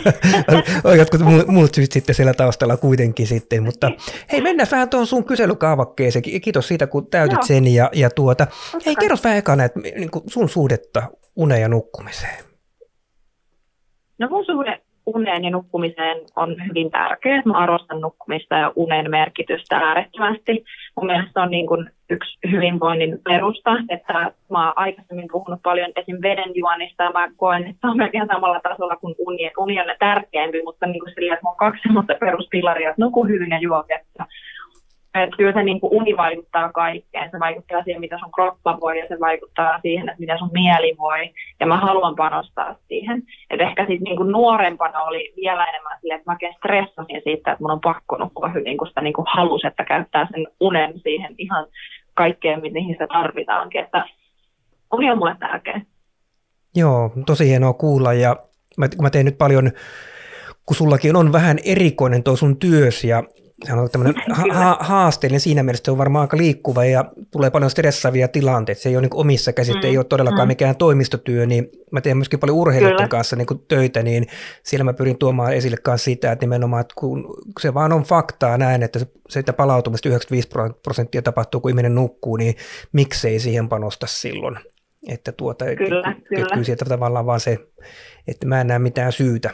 on jotkut muut syyt sitten siellä taustalla kuitenkin sitten. Mutta hei, mennään vähän tuon sun kyselykaavakkeeseen. Kiitos siitä, kun täytit sen. Hei, kerro vähän ekana, että niin sun suhdetta uneen ja nukkumiseen. No mun suhde uneen ja nukkumiseen on hyvin tärkeä. Mä arvostan nukkumista ja unen merkitystä äärettömästi. Mun mielestä se on niin kuin yksi hyvinvoinnin perusta, että mä oon aikaisemmin puhunut paljon esim. Veden juonnista ja mä koen, että se on melkein samalla tasolla kuin uni. Uni on tärkeämpi, mutta niin kuin sillä, että mä oon 2 semmoista peruspilaria, että nuku hyvin ja juo vettä. Että kyllä se niin kuin uni vaikuttaa kaikkeen. Se vaikuttaa siihen, mitä sun kroppa voi, ja se vaikuttaa siihen, että mitä sun mieli voi. Ja mä haluan panostaa siihen. Että ehkä sitten niin kuin nuorempana oli vielä enemmän silleen, että mä oikein stressasin siitä, että mun on pakko nukkua hyvin, kun sitä niin kuin halusi, että käyttää sen unen siihen ihan kaikkeen, mihin sitä tarvitaankin. Että uni on mulle tärkeä. Joo, tosi hienoa kuulla. Ja mä teen nyt paljon, kun sullakin on vähän erikoinen tuo sun työs, ja se on tämmöinen haasteellinen siinä mielessä, se on varmaan aika liikkuva ja tulee paljon stressaavia tilanteita. Se ei ole niin omissa käsissä, ei ole todellakaan mikään toimistotyö, niin mä teen myöskin paljon urheilijoiden kanssa niin kuin töitä, niin siellä mä pyrin tuomaan esille kanssa sitä, että nimenomaan, että kun se vaan on faktaa näin, että se palautumista 95% tapahtuu, kun ihminen nukkuu, niin miksei siihen panosta silloin. Että kyllä sieltä tavallaan vaan se, että mä en näe mitään syytä.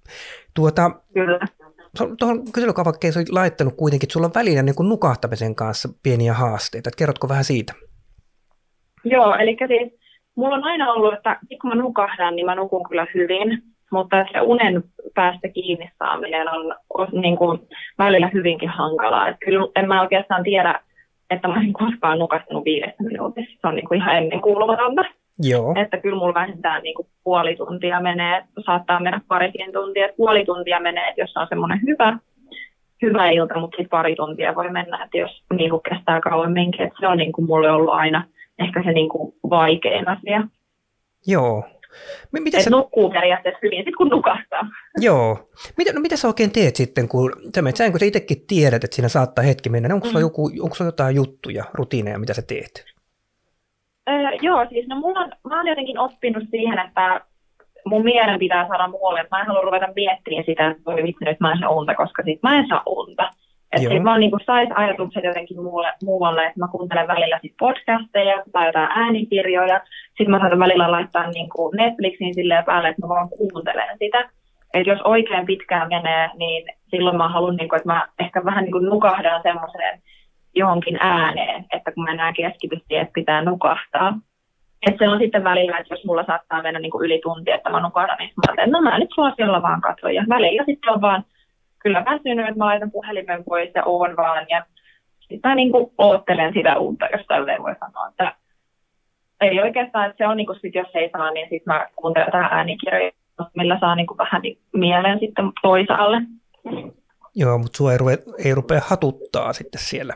Kyllä. Tuohon kyselykaavakkeeseen olet laittanut kuitenkin, että sulla on välillä niin kuin nukahtamisen kanssa pieniä haasteita. Että kerrotko vähän siitä? Joo, eli siis mulla on aina ollut, että kun mä nukahdan, niin mä nukun kyllä hyvin, mutta se unen päästä kiinni saaminen on niin kuin välillä hyvinkin hankalaa. Että kyllä en mä oikeastaan tiedä, että mä en koskaan nukahtanut 5 minuutissa. Se on niin kuin ihan ennenkuulumatonta. Joo. Että kyllä mulla vähintään niin kuin puoli tuntia menee, saattaa mennä parikin tuntia, että puoli tuntia menee, että jos on semmoinen hyvä ilta, mutta sitten pari tuntia voi mennä, että jos niin kuin kestää kauemminkin, että se on niin kuin mulle ollut aina ehkä se niin kuin vaikein asia. Joo. Että nukkuu periaatteessa hyvin, sitten kun nukahtaa. Joo. Mitä sä oikein teet sitten, kun sä itsekin tiedät, että siinä saattaa hetki mennä, onko sulla jotain juttuja, rutiineja, mitä sä teet? Joo, siis mä oon jotenkin oppinut siihen, että mun mielen pitää saada muualle. Mä en halua ruveta miettimään sitä, että voi vitsi nyt mä en saa unta, koska sit mä en saa unta. Että sit mä niinku sais ajatukset jotenkin muualle, että mä kuuntelen välillä sit podcasteja tai jotain äänikirjoja. Sitten mä saatan välillä laittaa niinku Netflixiin silleen päälle, että mä vaan kuuntelen sitä. Että jos oikein pitkään menee, niin silloin mä haluan, niinku, että mä ehkä vähän niinku nukahdan semmoiseen johonkin ääneen, että kun mä enää keskity siihen, että pitää nukahtaa. Että se on sitten välillä, että jos mulla saattaa mennä niin kuin yli tunti, että mä nukahdan, niin mä ajattelen, no mä nyt suosiolla vaan katson. Ja välillä sitten on vaan kyllä väsynyt, että mä laitan puhelimen pois ja oon vaan. Ja sitten mä niin kuin oottelen sitä unta, jos tälleen voi sanoa. Että ei oikeastaan, että se on niin kuin sit, jos ei saa, niin sitten mä kuuntelen tähän äänikirjoja, millä saa niin kuin vähän mieleen sitten toisaalle. Joo, mutta sua ei rupea hatuttaa sitten siellä.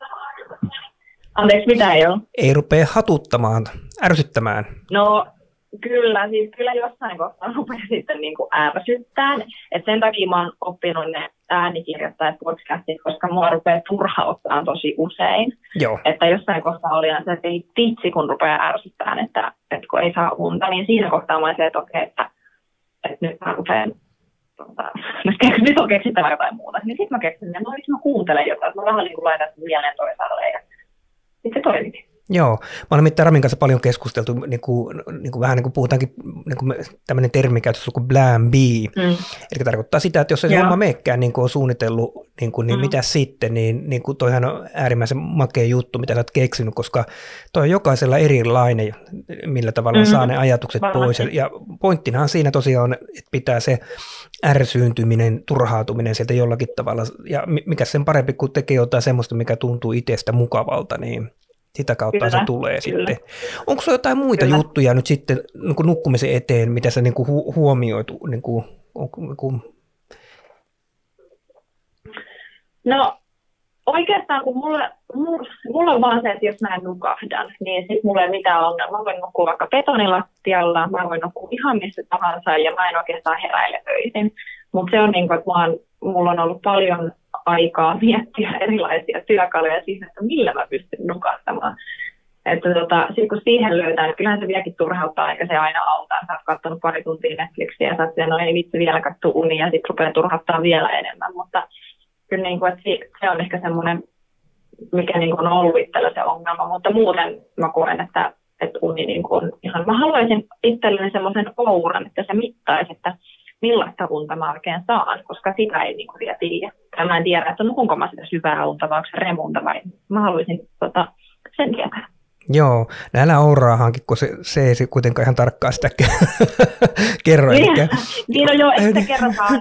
Anteeksi, mitä ei ole? Ei rupea hatuttamaan, ärsyttämään. No kyllä, siis kyllä jossain kohtaa rupeaa sitten niin kuin ärsyttään. Et sen takia mä oon oppinut ne äänikirjat tai podcastit, koska mua rupeaa turhauttaa tosi usein. Joo. Että jossain kohtaa oli se, että ei vitsi, kun rupeaa ärsyttämään, että kun ei saa unta, niin siinä kohtaa mä olin se, että okei, että nyt mä rupean nyt on keksittävä jotain muuta. Niin sitten mä keksin, että no mä kuuntelen jotain, että mä vähän niin kuin laitan sen mieleen toisaalle ja sitten se toimii. Joo, mä olen nimittäin Ramin kanssa paljon keskusteltu, vähän niin kuin puhutaankin tämmöinen termikäytös kuin plan B, eli tarkoittaa sitä, että jos ei se homma meekään niin kuin on suunnitellut, niin mitä sitten, niin kuin toihan on äärimmäisen makea juttu, mitä sä oot keksinyt, koska toi on jokaisella erilainen, millä tavalla saa ne ajatukset pois, ja pointtinhan siinä tosiaan on, että pitää se ärsyyntyminen, turhautuminen sieltä jollakin tavalla, ja mikä sen parempi, kun tekee jotain semmoista, mikä tuntuu itsestä mukavalta, niin sitä kautta kyllä, se tulee kyllä. Sitten. Onko sulla jotain muita kyllä. juttuja nyt sitten niin kuin nukkumisen eteen, mitä sä niin kuin huomioit? No oikeastaan kun mulla on vaan se, että jos mä nukahdan, niin sit mulla ei ole mitään ongelmaa. Mä voin nukkua vaikka betonilattialla, mä voin nukkua ihan missä tahansa ja mä en oikeastaan heräile öisin. Mutta se on niin kuin, että mulla on ollut paljon aikaa miettiä erilaisia työkaluja siihen, että millä mä pystyn nukahtamaan. Että sit kun siihen löytää, niin kyllähän se vieläkin turhauttaa, eikä se aina auttaa. Sä oot katsonut 2 tuntia Netflixiä ja sä oot no ei vitsi vielä katso unia ja sit rupeaa turhauttaa vielä enemmän. Mutta kyllä niin kuin, että se on ehkä semmoinen, mikä niin kuin on ollut itsellä se ongelma. Mutta muuten mä koen, että uni niin kuin on ihan, mä haluaisin itselleni semmoisen ouran, että se mittaisi, että millaista unta mä oikein saan, koska sitä ei niin kuin vielä tiedä. Mä en tiedä, että nukunko mä sitä syvää unta vai onko se remunta vai mä haluaisin sen tietää. Joo, näillä auraahankin, kun se ei kuitenkaan ihan tarkkaan sitä kerro. Niin on joo, että kerrotaan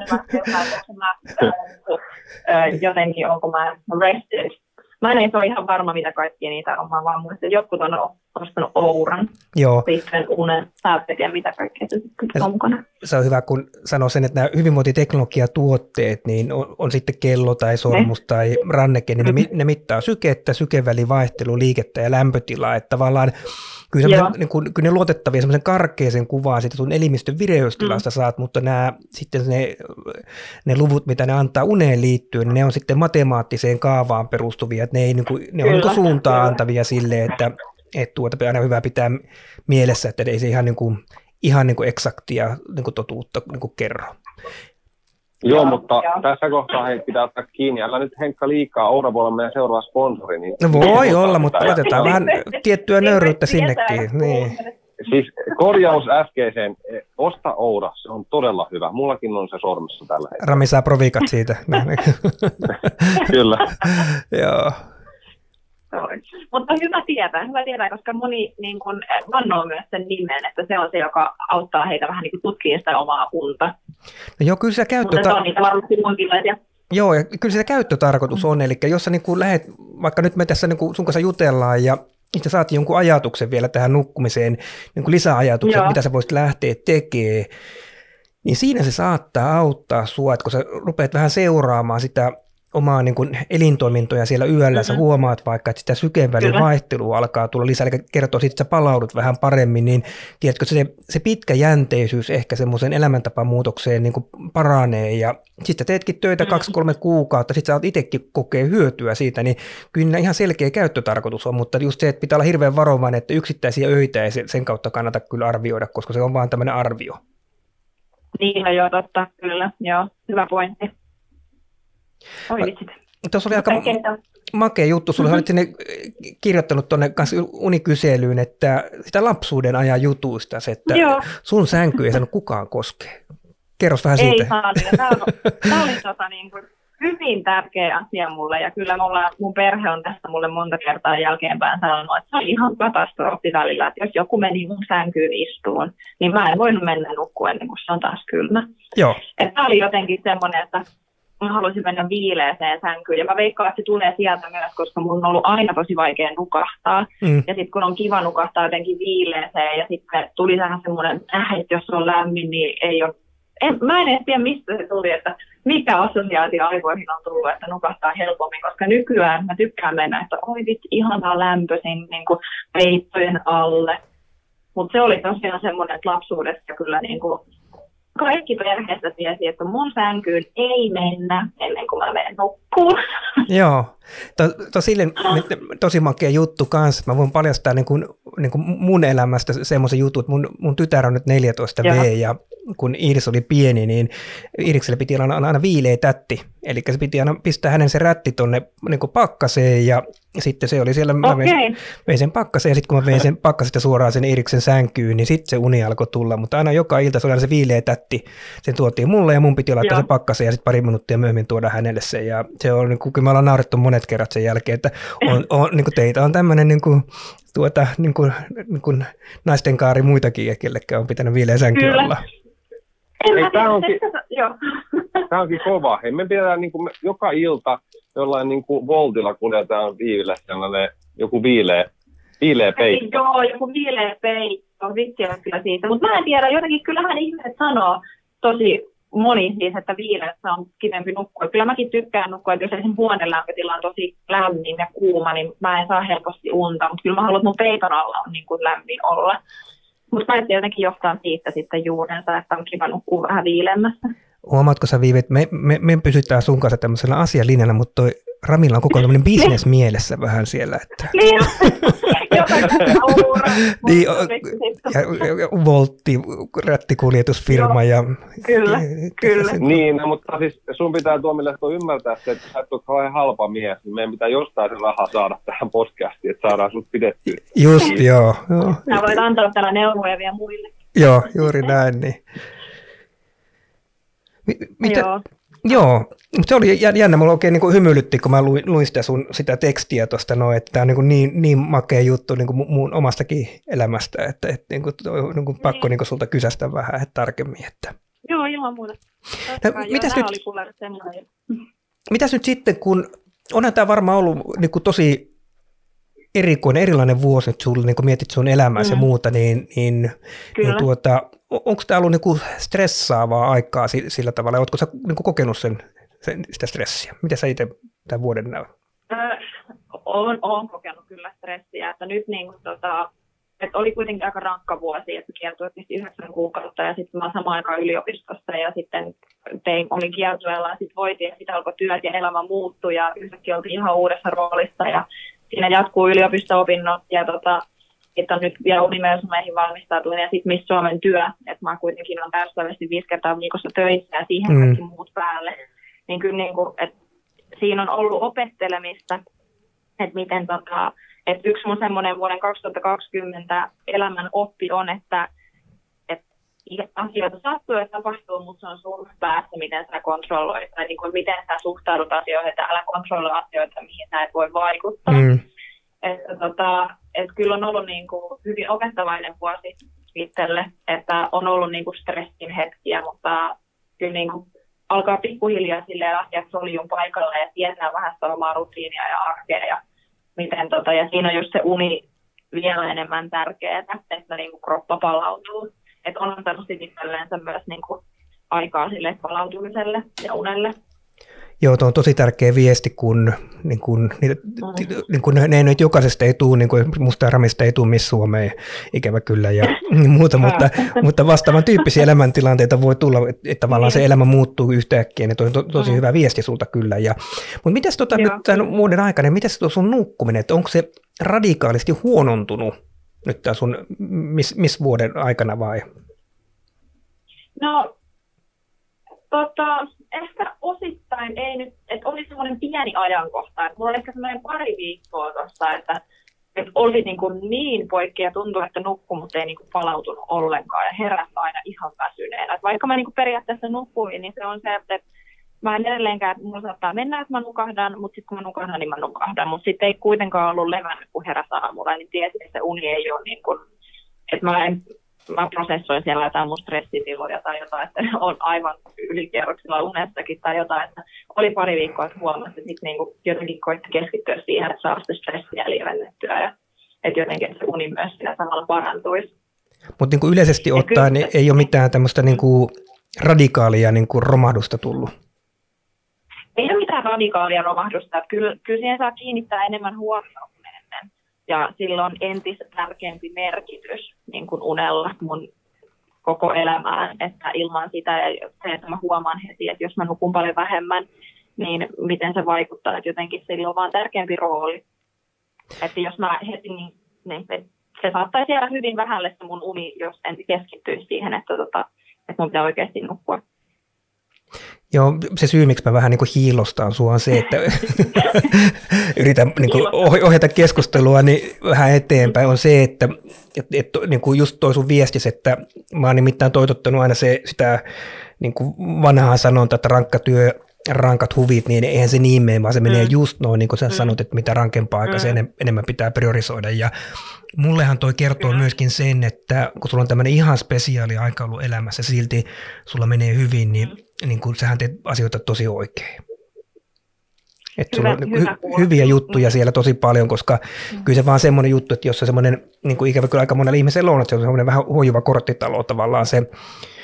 jotenkin onko mä rested. Mä en ole ihan varma, mitä kaikkia niitä on, mä vaan muistan, että jotkut on ostanut ouran. Joo. Sitten unen päätteet ja mitä kaikkea se sitten on mukana. Se on hyvä, kun sanoo sen, että nämä hyvinvointiteknologiatuotteet, niin on sitten kello tai sormus tai ranneke, niin ne mittaa sykettä, sykevälivaihtelu, liikettä ja lämpötilaa. Että tavallaan kyllä ne luotettavia semmoisen karkeisen kuvaa siitä sun elimistön vireystilasta saat, mutta sitten ne luvut, mitä ne antaa uneen liittyen, niin ne on sitten matemaattiseen kaavaan perustuvia, että ne on niin suuntaa antavia silleen, että aina hyvä pitää mielessä, että ei se ihan eksaktia totuutta kerro. Joo, mutta tässä kohtaa pitää ottaa kiinni. Älä nyt Henkka liikaa, Oura voi olla meidän seuraava sponsori. Niin no voi olla, mutta laitetaan vähän tiettyä nöyryyttä sinnekin. Niin. Siis korjaus äskeiseen, osta Oura, se on todella hyvä. Mullakin on se sormessa tällä hetkellä. Rami saa provikat siitä. Kyllä. Joo. Mutta hyvä tietää, koska moni niin kun vannoo myös sen nimen, että se on se, joka auttaa heitä vähän niin kuin tutkimaan sitä omaa unta. No joo, kyllä se Mutta se on niitä varmasti muunkinlaisia. Joo, ja kyllä se käyttötarkoitus on, eli jos sä niin kuin lähdet, vaikka nyt me tässä niin kuin sun kanssa jutellaan ja itse saatiin jonkun ajatuksen vielä tähän nukkumiseen, niin kuin lisäajatuksen, mitä sä voisit lähteä tekemään, niin siinä se saattaa auttaa sua, että kun sä rupeat vähän seuraamaan sitä omaa niin kuin elintoimintoja siellä yöllä, sä huomaat vaikka, että sitä sykevälin vaihtelua alkaa tulla lisää, eli kertoo siitä, että sä palaudut vähän paremmin, niin tiedätkö, se pitkäjänteisyys ehkä semmoisen elämäntapamuutokseen niin kuin paranee, ja sitten teetkin töitä 2-3 kuukautta, sitten sä oot itsekin kokee hyötyä siitä, niin kyllä ihan selkeä käyttötarkoitus on, mutta just se, että pitää olla hirveän varovainen, että yksittäisiä öitä ei sen kautta kannata kyllä arvioida, koska se on vaan tämmöinen arvio. Niin, no joo, totta, kyllä, joo, hyvä pointti. Tuossa oli aika makea juttu. Sulla olit sinne kirjoittanut tuonne unikyselyyn, että sitä lapsuuden ajan jutuista, että sun sänky ei saanut kukaan koskea. Kerros vähän siitä. Ei saanut. Tämä oli niin kuin hyvin tärkeä asia mulle, ja kyllä mun perhe on tästä mulle monta kertaa jälkeenpäin sanonut, että se oli ihan katastrofi välillä, että jos joku meni mun sänkyyn istuun, niin mä en voinut mennä nukkua ennen kuin se on taas kylmä. Joo. Tämä oli jotenkin semmoinen, että mä halusin mennä viileeseen sänkyyn, ja mä veikkaan, että se tulee sieltä myös, koska mun on ollut aina tosi vaikea nukahtaa, ja sitten kun on kiva nukahtaa jotenkin viileeseen, ja sitten tuli vähän semmoinen, että jos on lämmin, niin ei ole, mä en edes tiedä, mistä se tuli, että mikä assosiaatio aivoihin on tullut, että nukahtaa helpommin, koska nykyään mä tykkään mennä, että oi vitsi, ihanaa lämpöisin niin kuin peittojen alle, mutta se oli tosiaan semmoinen, että lapsuudessa kyllä niin kuin kaikki perheessä tiesi, että mun sänkyyn ei mennä ennen kuin mä menen nukkuun. Joo, tosi makea juttu kanssa. Mä voin paljastaa niin kuin mun elämästä semmoisen jutun, että mun tytär on nyt 14V ja kun Iiris oli pieni, niin Iirikselle piti olla aina viileä tätti. Eli se piti aina pistää hänen se rätti tonne niin kuin pakkaseen ja sitten se oli siellä, mä vein sen pakkaseen ja sitten kun mä vein sen pakkasesta suoraan sen Iiriksen sänkyyn, niin sitten se uni alkoi tulla. Mutta aina joka ilta se oli aina se viileä tätti. Sen tuotiin mulle ja mun piti laittaa se pakkaseen ja sitten pari minuuttia myöhemmin tuoda hänelle se. Ja se on, niin kuin me ollaan naurettu monet kerrat sen jälkeen, että niin kuin teitä on tämmöinen niin kuin naisten kaari muitakin, kellekään on pitänyt viileä sänky olla. Tämä onkin kova. Hei, me pidetään niin kuin joka ilta jollain niin kuin voltilla kuljetaan viileä, joku viileä peitto. Joo, joku viileä peitto, vitsi on kyllä siitä. Mutta mä en tiedä, jotenkin kyllähän ihmiset sanoo tosi moni siis, että viileässä on kivempi nukkua. Kyllä mäkin tykkään nukkua, että jos esimerkiksi huoneen lämpötila on tosi lämmin ja kuuma, niin mä en saa helposti unta, mutta kyllä mä haluan, että mun peiton alla on niin kuin lämmin olla. Mutta mä jotenkin johtaa siitä sitten juurensa, että on kiva nukkua vähän viileämmässä. Huomaatko sä, Viivi, että me pysytään sun kanssa tämmöisellä asialinjalla, mutta toi Ramilla on koko ajan tämmöinen business mielessä vähän siellä. Että. Niin, niin, ja Voltti, rättikuljetusfirma. Ja, kyllä. Niin, no, mutta siis sun pitää Tuomille ymmärtää se, että sä et ole kauhean halpa mies, niin meidän pitää jostain se rahaa saada tähän podcastiin, että saadaan sut pidettyä. Just, joo. Sä voit antaa tällä neuvoja vielä muille. Joo, juuri näin. Niin. Joo, mutta se oli jännä, mulla oikein niin hymyilytti, kun mä luin sitä tekstiä tuosta, että tämä on niin makea juttu niin mun omastakin elämästä, että niin pakko niin sulta kysästä vähän tarkemmin. Että. Joo, ilman muuta. Mitäs nyt sitten, kun onhan tämä varmaan ollut niin tosi erilainen vuosi nyt sulle, niin kun mietit sun elämääsi ja muuta, niin onko tämä ollut niin stressaavaa aikaa sillä tavalla? Oletko sä niin kokenut sitä stressiä? Miten sä itse tämän vuoden näet? Olen kokenut kyllä stressiä. Että nyt niin kuin, että oli kuitenkin aika rankka vuosi, että kiertui 9 kuukautta ja sitten mä samaan aikaan yliopistossa ja sitten olin kiertueella ja sitten voitiin ja sitten alkoi työt ja elämä muuttui ja yhtäkkiä oltiin ihan uudessa roolissa ja siinä jatkuu yliopisto-opinnot ja että on nyt vielä universumeihin valmistautunut ja sitten Miss Suomen työ, että mä kuitenkin olen täysin 5 kertaa viikossa töissä ja siihen kaikki muut päälle. Niin kyllä niin kuin, että siinä on ollut opettelemista, että miten että yksi mun semmoinen vuoden 2020 elämän oppi on, että asioita sattuu ja tapahtuu, mutta se on sun päässä, miten sä kontrolloit tai niin kuin, miten sä suhtaudut asioihin, että älä kontrolloi asioita, mihin sä et voi vaikuttaa. Että kyllä on ollut niin kuin hyvin opettavainen vuosi itselle, että on ollut niin kuin stressin hetkiä, mutta kyllä niin kuin alkaa pikkuhiljaa silleen lähteä soljun paikalla ja tietää vähän sitä omaa rutiinia ja arkea ja miten ja siinä on just se uni vielä enemmän tärkeää, että niin kuin kroppa palautuu. Että on antanut itsellensä myös niin kuin aikaa sille palautumiselle ja unelle. Joo, tuo on tosi tärkeä viesti, kun ne nyt jokaisesta ei tule, niin kuin musta ja Ramista ei tule Miss Suomeen, ikävä kyllä ja muuta, mutta vastaavan tyyppisiä elämäntilanteita voi tulla, että tavallaan se elämä muuttuu yhtäkkiä, niin tuo on tosi hyvä viesti sulta kyllä. Mutta mitäs nyt tämän vuoden aikana, mitäs tuo sun nukkuminen, että onko se radikaalisti huonontunut nyt tämän sun Miss vuoden aikana vai? No, ehkä osittain ei nyt, että oli semmoinen pieni ajankohta, että mulla oli ehkä semmoinen 2 viikkoa tuossa, että oli niin poikki ja tuntui, että nukkumus ei palautunut ollenkaan ja heräsi aina ihan väsyneenä. Että vaikka mä periaatteessa nukkuin, niin se on se, että mä en edelleenkään, että mulla saattaa mennä, että mä nukahdan, mutta sitten kun mä nukahdan, niin mä nukahdan. Mutta sitten ei kuitenkaan ollut levännyt, kun heräsi aamulla, niin tiesin, että se uni ei ole niin kuin, että mä prosessoin siellä jotain mun stressitiloja tai jotain, että on aivan ylikierroksilla unestakin tai jotain, että oli 2 viikkoa, että huomasi, että sitten niin jotenkin koitti keskittyä siihen, että saa sitä stressiä lievennettyä ja että jotenkin se uni myös sillä samalla parantuisi. Mutta niin yleisesti ottaen niin ei ole mitään tämmöistä niin radikaalia niin romahdusta tullut? Ei ole mitään radikaalia romahdusta, että kyllä siihen saa kiinnittää enemmän huomioon kuin ennen. Ja sillä on entistä tärkeämpi merkitys niin kuin unella mun koko elämään, että ilman sitä ja se, että mä huomaan heti, että jos mä nukun paljon vähemmän, niin miten se vaikuttaa, että jotenkin sillä on vaan tärkeämpi rooli. Että jos mä heti, niin se saattaisi jäädä hyvin vähälle se mun uni, jos en keskittyisi siihen, että mun pitää oikeasti nukkua. Joo, se syy, miksi mä vähän niin kuin hiilostaan sua on se, että yritän niin kuin ohjata keskustelua niin vähän eteenpäin, on se, että niin kuin just toi sun viestis, että mä oon nimittäin toitottanut aina sitä niin kuin vanhaa sanonta, että rankka työ, rankat huvit, niin eihän se niin mene, vaan se menee just noin, niin kuin sä sanot, että mitä rankempaa aikaa se enemmän pitää priorisoida. Ja mullehan toi kertoo myöskin sen, että kun sulla on tämmöinen ihan spesiaali aika ollut elämässä, silti sulla menee hyvin, niin kun sähän teet asioita tosi oikein. Että sulla on hyviä juttuja siellä tosi paljon, koska kyllä se vaan semmoinen juttu, että jos se semmoinen, niin kuin ikävä kyllä aika monella ihmisellä on, että se on semmoinen vähän huojuva korttitalo tavallaan se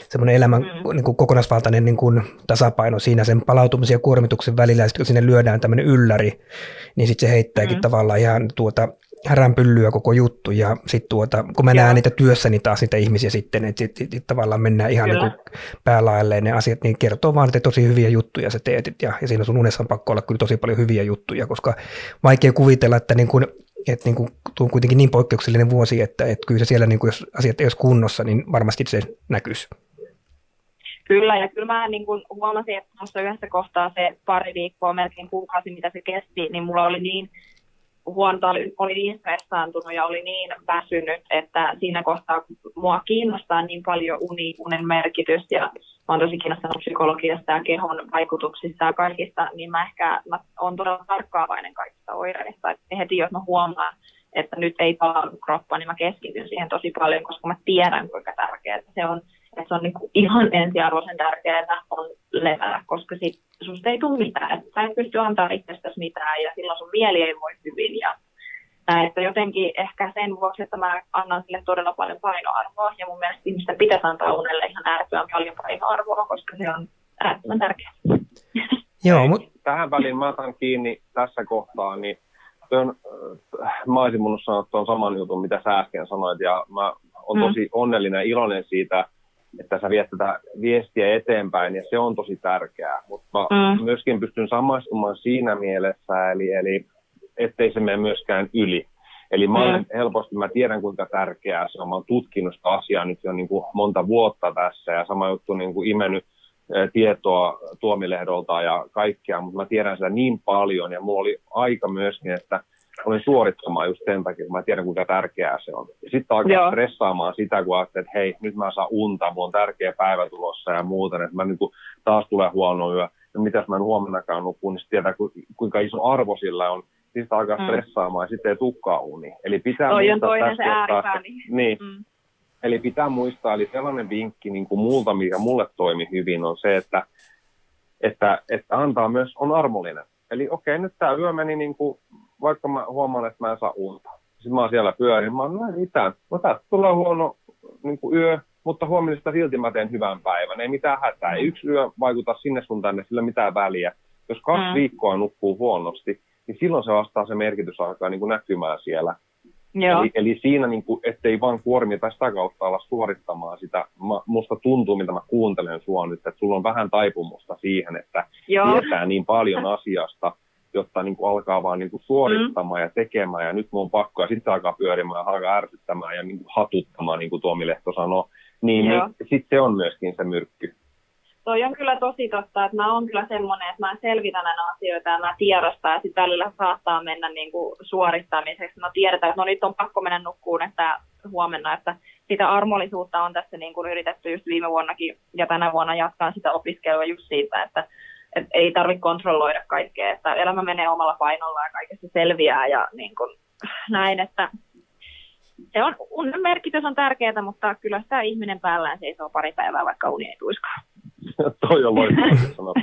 semmoinen elämän niin kuin kokonaisvaltainen niin kuin tasapaino siinä sen palautumisen ja kuormituksen välillä, ja sitten kun sinne lyödään tämmöinen ylläri, niin sitten se heittääkin tavallaan ihan häränpyllyä koko juttu, ja sitten kun mä näen niitä työssäni taas niitä ihmisiä sitten, että sit tavallaan mennään ihan niin kuin päälaelleen ne asiat, niin kertoo vaan, että tosi hyviä juttuja sä teet, ja siinä sun unessa on pakko olla kyllä tosi paljon hyviä juttuja, koska vaikea kuvitella, että tuo on kuitenkin niin poikkeuksellinen vuosi, että kyllä se siellä, niin kuin jos asiat ei olisi kunnossa, niin varmasti se näkyisi. Kyllä, ja kyllä mä niin kuin huomasin, että tuossa yhdessä kohtaa se pari viikkoa, melkein kuukausi, mitä se kesti, niin mulla oli niin huonta, oli niin stressaantunut ja oli niin väsynyt, että siinä kohtaa, kun mua kiinnostaa niin paljon unen merkitys, ja mä oon tosi kiinnostunut psykologiasta ja kehon vaikutuksista ja kaikista, niin mä oon todella tarkkaavainen kaikista oireista. Et heti jos mä huomaan, että nyt ei palaudu kroppa, niin mä keskityn siihen tosi paljon, koska mä tiedän, kuinka tärkeää se on. Että se on niin kuin ihan ensiarvoisen tärkeää on levätä, koska susta ei tule mitään. Sä et pysty antaa itsestäsi mitään ja silloin sun mieli ei voi hyvin. Ja, että jotenkin ehkä sen vuoksi, että mä annan sille todella paljon painoarvoa. Ja mun mielestä ihmisten pitäisi antaa unelle ihan äärettömän paljon painoarvoa, koska se on äärettömän tärkeää. Joo, tähän väliin mä otan kiinni tässä kohtaa, niin mä olisin mun sanoa tuon saman jutun, mitä sä äsken sanoit, ja mä oon tosi onnellinen ja iloinen siitä, että sä viet tätä viestiä eteenpäin, ja se on tosi tärkeää. Mutta mä myöskin pystyn samaistumaan siinä mielessä, eli ettei se mene myöskään yli. Eli mä tiedän, kuinka tärkeää se on. Mä oon tutkinut sitä asiaa nyt jo niin kuin monta vuotta tässä, ja sama juttu niin kuin imennyt tietoa Tuomilehdolta ja kaikkea, mutta mä tiedän sitä niin paljon, ja mulla oli aika myöskin, että olin suorittamaan just sen takia, kun mä tiedän, kuinka tärkeää se on. Ja sitten alkaa stressaamaan sitä, kun ajattelee, että hei, nyt mä saan unta, mulla on tärkeä päivä tulossa ja muuten, että mä niin kuin taas tulee huono yö, ja mitäs mä en huomennakaan nukkuu, niin sitten tietää, kuinka iso arvo sillä on. Sitten alkaa stressaamaan ja sitten ei tukkaa uni. Eli pitää toinen se ääripää. Niin. Eli pitää muistaa, eli sellainen vinkki niin kuin multa, mikä mulle toimi hyvin, on se, että antaa myös, on armollinen. Eli okei, nyt tämä yö meni niin kuin, vaikka mä huomaan, että mä en saa unta. Sitten mä oon siellä pyörin, mä oon, ei mitään. No tästä tulee huono niin kuin yö, mutta huomisesta silti mä teen hyvän päivän. Ei mitään hätää. Ei yksi yö vaikuta sinne sun tänne, sillä mitään väliä. Jos 2 viikkoa nukkuu huonosti, niin silloin se merkitys alkaa niin kuin näkymään siellä. Eli siinä, niin kuin, ettei vaan kuormita sitä kautta olla suorittamaan sitä. Musta tuntuu, mitä mä kuuntelen sua nyt, että sulla on vähän taipumusta siihen, että tietää niin paljon asiasta, jotta niin kuin alkaa vaan niin kuin suorittamaan ja tekemään, ja nyt mun on pakko, ja sitten alkaa pyörimään ja alkaa ärsyttämään ja niin kuin hatuttamaan, niin kuin Tuomilehto sanoo. Niin sitten se on myöskin se myrkky. Toi on kyllä tosi totta, että mä oon kyllä semmoinen, että mä selvitän näitä asioita ja mä tiedostan, ja sitten välillä saattaa mennä niin kuin suorittamiseksi. No tiedetään, että no nyt on pakko mennä nukkuun, että huomenna, että sitä armollisuutta on tässä niin kuin yritetty just viime vuonnakin, ja tänä vuonna jatkan sitä opiskelua just siitä, että ei tarvitse kontrolloida kaikkea, että elämä menee omalla painolla ja kaikesta selviää ja niin kuin näin, että se on, unen merkitys on tärkeää, mutta kyllä sitä ihminen päällään seisoo pari päivää, vaikka uni ei tuiskaan. Toi on loistava sanottu.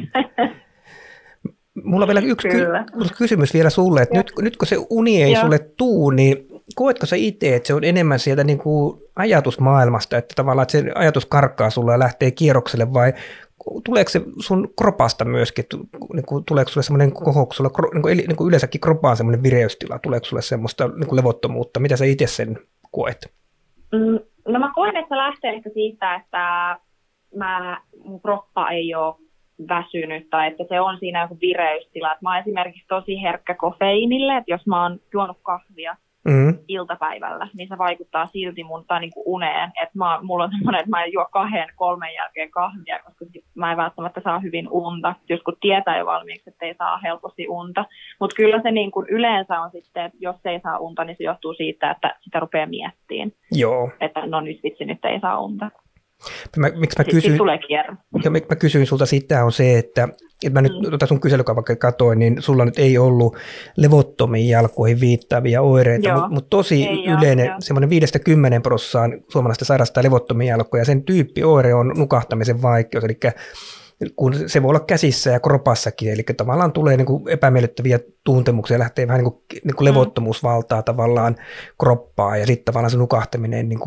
Mulla on vielä yksi kysymys vielä sulle, että nyt kun se uni ei sulle tuu, niin koetko sä itse, että se on enemmän sieltä niin kuin ajatusmaailmasta, että tavallaan että se ajatus karkkaa sulle ja lähtee kierrokselle, vai tuleeko se sun kropasta myöskin, niin tuleeko sulle semmoinen kohoksi, niin kuin yleensäkin kropaan semmoinen vireystila, tuleeko sulle semmoista niin kuin levottomuutta, mitä sä itse sen koet? No mä koen, että se lähtee ehkä siitä, että mun kroppa ei ole väsynyt tai että se on siinä joku vireystila. Mä oon esimerkiksi tosi herkkä kofeiinille, että jos mä oon juonut kahvia iltapäivällä, niin se vaikuttaa silti mun niin kuin uneen. Että mulla on semmoinen, että mä en juo 2-3 jälkeen kahvia, koska mä en välttämättä saa hyvin unta. Just kun tietää jo valmiiksi, että ei saa helposti unta. Mutta kyllä se niin kuin yleensä on sitten, että jos ei saa unta, niin se johtuu siitä, että sitä rupeaa miettimään. Joo. Että no nyt vitsi, nyt ei saa unta. Miksi mä kysyin sulta sitä on se, että mä nyt sun kyselykä vaikka katoin, niin sulla nyt ei ollut levottomiin jalkoihin viittaavia oireita, mutta tosi yleinen, semmoinen 5-10% suomalaista sairastaa levottomia jalkoja, ja sen tyyppioire on nukahtamisen vaikeus, eli kun se voi olla käsissä ja kropassakin, eli tavallaan tulee niin kuin epämiellyttäviä tuntemuksia, lähtee vähän niin kuin levottomuus valtaa tavallaan kroppaa, ja sitten tavallaan se nukahtaminen niin kuin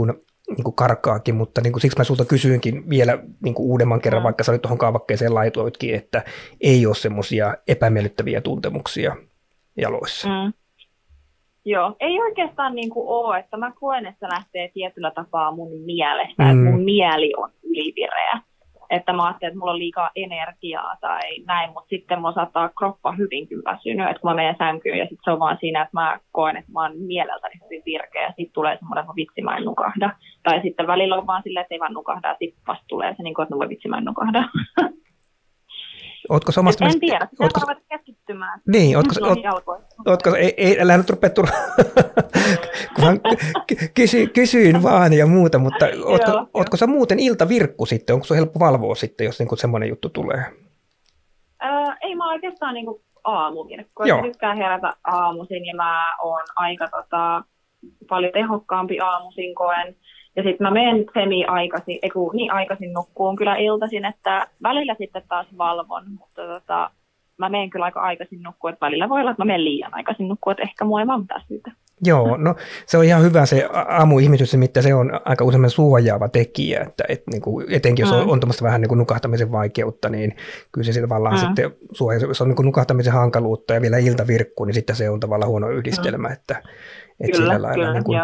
niin kuin karkaakin, mutta niin kuin siksi mä sulta kysyinkin vielä niin kuin uudemman kerran, vaikka sä olit tuohon kaavakkeeseen laitoitkin, että ei ole semmoisia epämiellyttäviä tuntemuksia jaloissa. Joo, ei oikeastaan niin kuin ole, että mä koen, että se lähtee tietyllä tapaa mun mielestä, että mun mieli on ylivireä. Että mä ajattelin, että mulla on liikaa energiaa tai näin, mutta sitten mulla saattaa kroppa hyvinkin väsynyt, että kun mä menen sänkyyn ja sitten se on vaan siinä, että mä koen, että mä oon mieleltäni hyvin virkeä ja sitten tulee semmoinen, että vitsi mä en nukahda. Tai sitten välillä on vaan silleen, että ei vaan nukahda ja sitten vasta tulee se, niin kuin, että no vitsi mä en nukahda. Ootko samasta... En tiedä, se on ruveta keskittymään. Niin, älä nyt rupea kun kysyin vaan ja muuta, mutta ootko sä muuten iltavirkku sitten? Onko se helppo valvoa sitten, jos niinku semmoinen juttu tulee? Ei mä oikeastaan niinku aamuvirkku. Mä tykkään herätä aamuisin ja mä oon aika paljon tehokkaampi aamuisin koen. Ja sitten mä menen aikaisin nukkuun kyllä iltaisin, että välillä sitten taas valvon, mutta mä menen kyllä aika aikaisin nukkuun, että välillä voi olla, että mä menen liian aikaisin nukkuun, että ehkä mua ei vaan mitään syytä. Joo, no se on ihan hyvä se aamuihmisys, mitä se on aika usein suojaava tekijä, että niin kuin, etenkin jos on tuommoista vähän niin kuin nukahtamisen vaikeutta, niin kyllä se tavallaan sitten suojaa, jos on niin kuin nukahtamisen hankaluutta ja vielä iltavirkku, niin sitten se on tavallaan huono yhdistelmä, että kyllä, sillä lailla kyllä, niin kuin,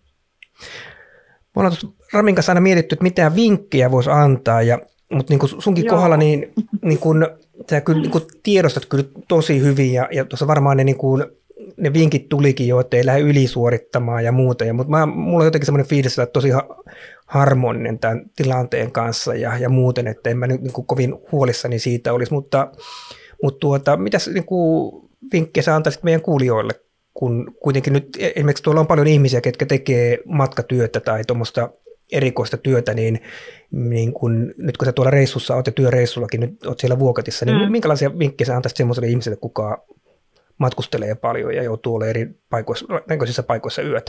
me ollaan tuossa Ramin kanssa aina mietitty, että mitä vinkkejä voisi antaa, mutta niin kuin sunkin kohdalla, niin kuin, sä kyllä niin kuin tiedostat kyllä tosi hyvin, ja tuossa varmaan ne vinkit tulikin jo, että ei lähde ylisuorittamaan ja muuta, mutta mulla on jotenkin semmoinen fiilis, että tosi harmoninen tämän tilanteen kanssa ja muuten, että en mä nyt niin kuin kovin huolissani siitä olisi, mutta mitäs niin kuin vinkkejä sä antaisit meidän kuulijoille, kun kuitenkin nyt esimerkiksi tuolla on paljon ihmisiä, ketkä tekee matkatyötä tai tuommoista erikoista työtä, niin kun, nyt kun sä tuolla reissussa oot ja työreissullakin, nyt oot siellä Vuokatissa, niin minkälaisia vinkkejä sä antaisit semmoiselle ihmiselle, kuka matkustelee paljon ja joutuu olemaan eri näköisissä paikoissa yötä?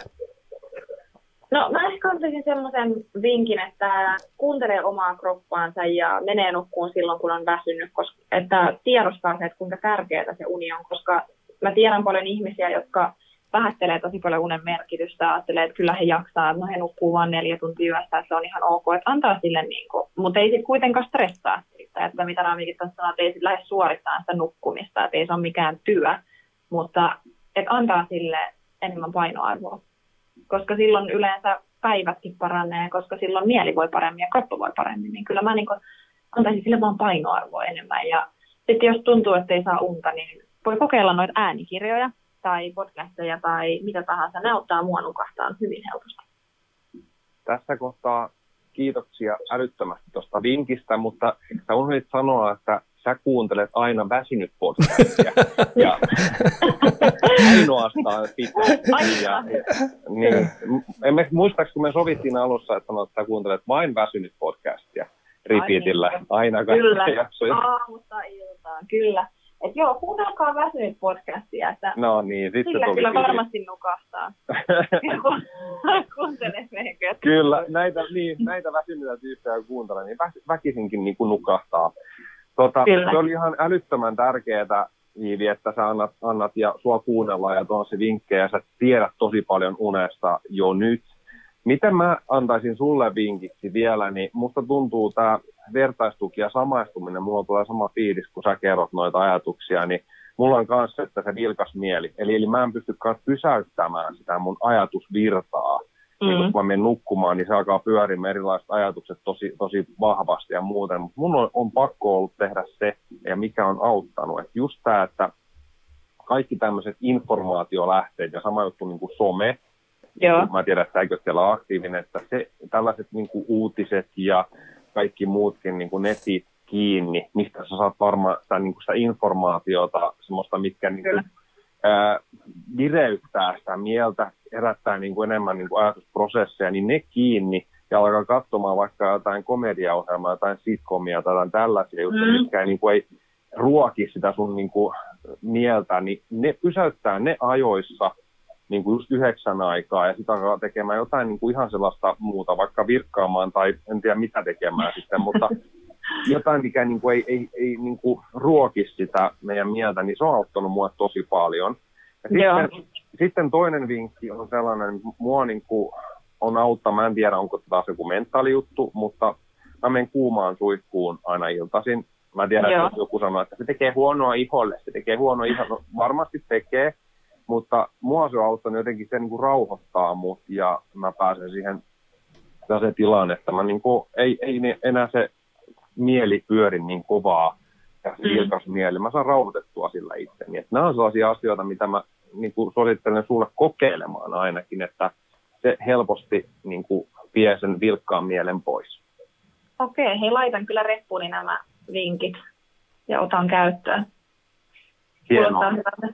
No mä ehkä antaisin semmoisen vinkin, että kuuntelee omaa kroppaansa ja menee nukkuun silloin, kun on väsynyt, että tiedostaa se, että kuinka tärkeää se uni on, koska mä tiedän paljon ihmisiä, jotka vähättelee tosi paljon unen merkitystä ja ajattelee, että kyllä he jaksaa, että no he nukkuu vain 4 tuntia yöstä, että se on ihan ok, että antaa sille mutta ei sitten kuitenkaan stressaa sitä, että mitä Ramikin tuossa sanoo, että ei sitten lähde suorittamaan sitä nukkumista, että ei se ole mikään työ, mutta että antaa sille enemmän painoarvoa, koska silloin yleensä päivätkin paranee, koska silloin mieli voi paremmin ja kroppa voi paremmin, niin kyllä mä antaisin sille vaan painoarvoa enemmän ja sitten jos tuntuu, että ei saa unta, niin voi kokeilla noita äänikirjoja tai podcasteja tai mitä tahansa. Ne auttaa mua nukahtaan hyvin helposti. Tässä kohtaa kiitoksia älyttömästi tuosta vinkistä, mutta sä unohdit sanoa, että sä kuuntelet aina väsynyt podcastia. Ja ainoastaan sitä. Niin, muistaaks, kun me sovittiin alussa, että sä kuuntelet vain väsynyt podcastia repeatillä aina kaikkia jaksoja. Kyllä, aamusta iltaan, kyllä. Että joo, kuunnelkaa väsynyt podcastia, että no niin, sillä kyllä varmasti nukahtaa. Kuuntele meikö. Kyllä, näitä väsyneitä tyyppejä kuuntele, niin väkisinkin niin kuin nukahtaa. Se oli ihan älyttömän tärkeää, Iivi, että sä annat ja sua kuunnellaan ja tuon se vinkkejä, ja sä tiedät tosi paljon unesta jo nyt. Miten mä antaisin sulle vinkiksi vielä, niin musta tuntuu tämä vertaistuki ja samaistuminen, mulla tulee sama fiilis, kun sä kerrot noita ajatuksia, niin mulla on kanssa, että se vilkas mieli. Eli mä en pysty pysäyttämään sitä mun ajatusvirtaa. Niin kun mä menen nukkumaan, niin se alkaa pyörimään erilaiset ajatukset tosi vahvasti ja muuten. Mutta mun on pakko ollut tehdä se, ja mikä on auttanut. Että just tämä, että kaikki tämmöiset informaatiolähteet ja sama juttu niin kuin some, joo. Mä tiedän, että eikö siellä aktiivinen, että tällaiset niin kuin uutiset ja kaikki muutkin niin kuin netit kiinni, mistä sä saat varmaan sitä informaatiota, semmoista, mitkä niin kuin, vireyttää sitä mieltä, herättää niin kuin enemmän niin kuin ajatusprosesseja, niin ne kiinni ja alkaa katsomaan vaikka jotain komediaohjelmaa, jotain sitcomia tai jotain tällaisia juttuja, mitkä ei ruoki sitä sun niin kuin mieltä, niin ne pysäyttää ne ajoissa niin kuin just 9 aikaa ja sitä alkaa tekemään jotain niin kuin ihan sellaista muuta, vaikka virkkaamaan tai en tiedä mitä tekemään sitten, mutta jotain, mikä niin kuin ei niin kuin ruokisi sitä meidän mieltä, niin se on auttanut mua tosi paljon. Ja sitten toinen vinkki on sellainen, mua niin kuin on auttaa. Mä en tiedä, onko taas joku mentaalijuttu, mutta mä menen kuumaan suihkuun aina iltaisin. Mä tiedän, että jos joku sanoo, että se tekee huonoa iholle, no, varmasti tekee, mutta mua se on auttanut jotenkin, se niin kuin rauhoittaa mut ja mä pääsen siihen se tilaan, että mä niin kuin, ei enää se mieli pyöri niin kovaa ja vilkas mieli. Mä saan rauhoitettua sillä itseni. Että nämä on sellaisia asioita, mitä mä niin kuin suosittelen sulle kokeilemaan ainakin, että se helposti niin kuin vie sen vilkkaan mielen pois. Okei, hei, laitan kyllä reppuuni nämä vinkit ja otan käyttöön. Hienoa.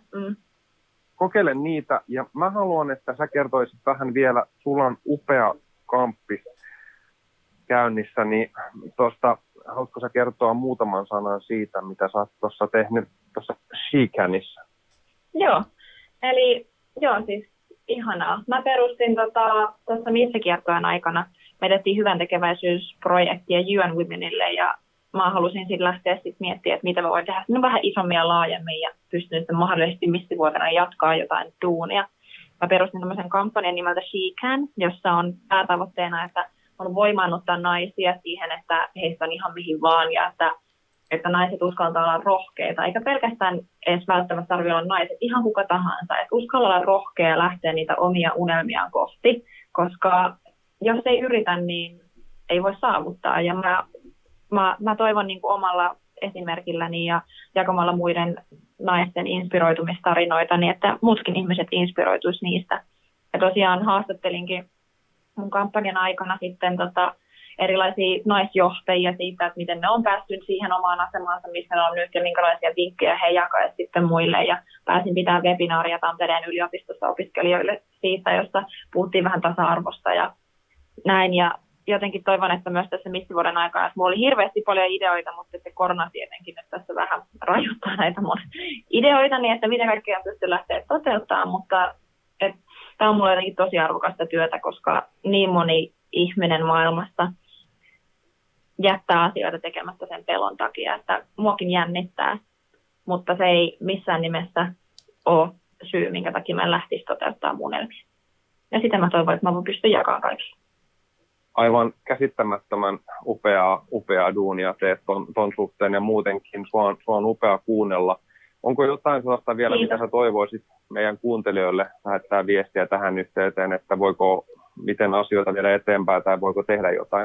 Kokeile niitä ja mä haluan, että sä kertoisit vähän vielä, sulla on upea kamppis käynnissä, niin haluatko sä kertoa muutaman sanan siitä, mitä sä oot tuossa tehnyt tuossa Shecanissa? Joo, eli siis ihanaa. Mä perustin tuossa Missekiertojen aikana, me tehtiin hyvän tekeväisyysprojektia UN Womenille ja mä halusin sitten lähteä miettimään, että mitä mä voin tehdä vähän isommin ja laajemmin ja pystyn sitten mahdollisesti missivuotena jatkaa jotain duunia. Mä perustin tämmöisen kampanjan nimeltä Shecan, jossa on päätavoitteena, että on voimaannuttaa naisia siihen, että heistä on ihan mihin vaan ja että naiset uskaltaa olla rohkeita, eikä pelkästään edes välttämättä tarvitse olla naiset, ihan kuka tahansa, että uskalla olla rohkea ja lähteä niitä omia unelmiaan kohti, koska jos ei yritä, niin ei voi saavuttaa. Ja mä toivon niin kuin omalla esimerkilläni ja jakamalla muiden naisten inspiroitumistarinoita, niin että muutkin ihmiset inspiroituisi niistä. Ja tosiaan haastattelinkin mun kampanjan aikana sitten erilaisia naisjohtajia siitä, että miten ne on päässyt siihen omaan asemaansa, missä ne on nyt ja minkälaisia vinkkejä he jakaisivat sitten muille. Ja pääsin pitämään webinaaria Tampereen yliopistossa opiskelijoille siitä, josta puhuttiin vähän tasa-arvosta ja näin. Ja jotenkin toivon, että myös tässä missivuoden aikana, että mulla oli hirveästi paljon ideoita, mutta se korona tietenkin nyt tässä vähän rajoittaa näitä mun ideoita, niin että miten kaikkea pystyy lähteä toteuttamaan, mutta tämä on mulle jotenkin tosi arvokasta työtä, koska niin moni ihminen maailmasta jättää asioita tekemättä sen pelon takia, että muakin jännittää, mutta se ei missään nimessä ole syy, minkä takia mä en lähtisi toteuttaa mun unelmia. Ja sitä mä toivon, että mä voin pystyä jakamaan kaikille. Aivan käsittämättömän upeaa duunia teet ton suhteen ja muutenkin sua on upea kuunnella. Onko jotain sellaista vielä, mitä sä toivoisit meidän kuuntelijoille lähettää viestiä tähän yhteyteen, että miten asioita viedä eteenpäin tai voiko tehdä jotain?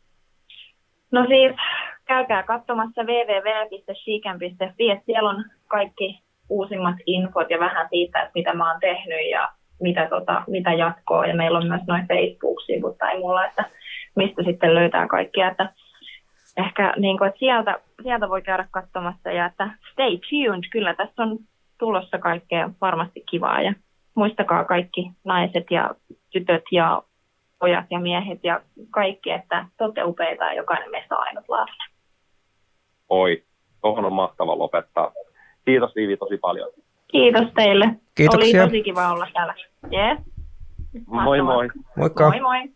No siis käykää katsomassa www.shecan.fi, että siellä on kaikki uusimmat infot ja vähän siitä, että mitä mä oon tehnyt ja mitä jatkoa. Ja meillä on myös noin Facebook-sivut tai mulla, että mistä sitten löytää kaikkia. Että ehkä niin kuin, että sieltä voi käydä katsomassa ja että stay tuned. Kyllä tässä on tulossa kaikkea varmasti kivaa ja muistakaa kaikki naiset ja tytöt ja pojat ja miehet ja kaikki, että te olette upeita ja jokainen meistä on ainutlaatuinen. Oi, tuohon on mahtava lopettaa. Kiitos Viivi tosi paljon. Kiitos teille. Kiitoksia. Oli tosi kiva olla täällä. Yes. Moi moi. Moikka. Moi moi.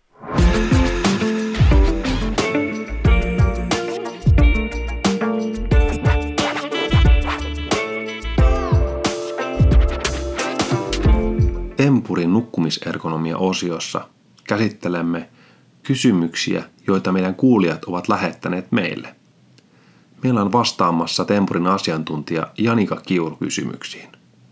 Tempurin nukkumisergonomia-osiossa käsittelemme kysymyksiä, joita meidän kuulijat ovat lähettäneet meille. Meillä on vastaamassa Tempurin asiantuntija Janika Kiuru kysymyksiin.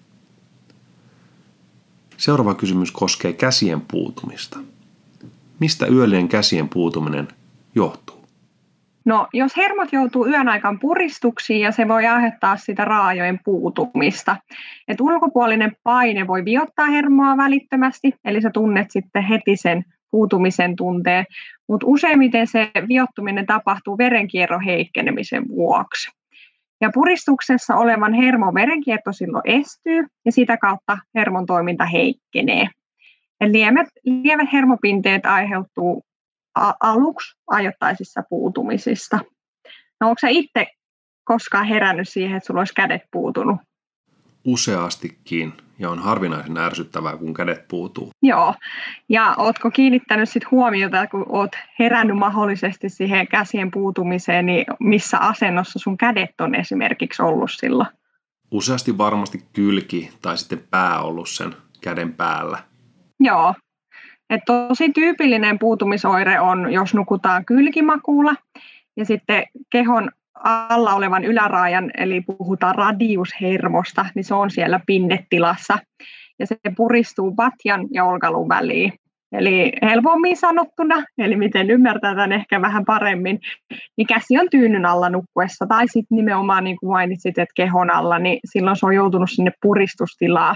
Seuraava kysymys koskee käsien puutumista. Mistä yöllinen käsien puutuminen johtuu? No, jos hermot joutuu yön aikaan puristuksiin ja se voi aiheuttaa sitä raajojen puutumista. Et ulkopuolinen paine voi viottaa hermoa välittömästi, eli sä tunnet sitten heti sen puutumisen tunteen, mutta useimmiten se viottuminen tapahtuu verenkierron heikkenemisen vuoksi. Ja puristuksessa olevan hermon verenkierto silloin estyy ja sitä kautta hermon toiminta heikkenee. Lievät hermopinteet aiheutuu aluksi ajoittaisissa puutumisista. No, onko sä itse koskaan herännyt siihen, että sulla olisi kädet puutunut? Useastikin, ja on harvinaisen ärsyttävää, kun kädet puutuu. Joo, ja ootko kiinnittänyt sit huomiota, kun oot herännyt mahdollisesti siihen käsien puutumiseen, niin missä asennossa sun kädet on esimerkiksi ollut silloin? Useasti varmasti kylki tai sitten pää ollut sen käden päällä. Joo, Et tosi tyypillinen puutumisoire on, jos nukutaan kylkimakuulla ja sitten kehon alla olevan yläraajan, eli puhutaan radiushermosta, niin se on siellä pinnetilassa ja se puristuu patjan ja olkaluun väliin. Eli helpommin sanottuna, eli miten ymmärtää tämän ehkä vähän paremmin, niin käsi on tyynyn alla nukkuessa tai sitten nimenomaan niin kuin mainitsit, että kehon alla, niin silloin se on joutunut sinne puristustilaan.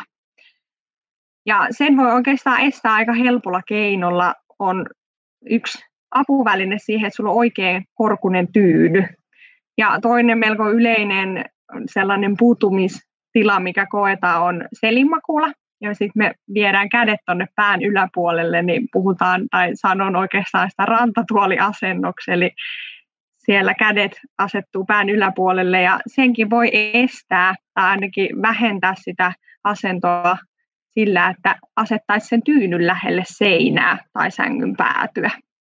Ja sen voi oikeastaan estää aika helpolla keinolla, on yksi apuväline siihen, että sulla on oikein korkunen tyyny. Ja toinen melko yleinen sellainen puutumistila, mikä koetaan, on selinmakuulla. Ja sitten me viedään kädet tuonne pään yläpuolelle, niin puhutaan, tai sanon oikeastaan sitä rantatuoliasennoksi, eli siellä kädet asettuu pään yläpuolelle, ja senkin voi estää tai ainakin vähentää sitä asentoa sillä, että asettaisi sen tyynyn lähelle seinää tai sängyn päätyä.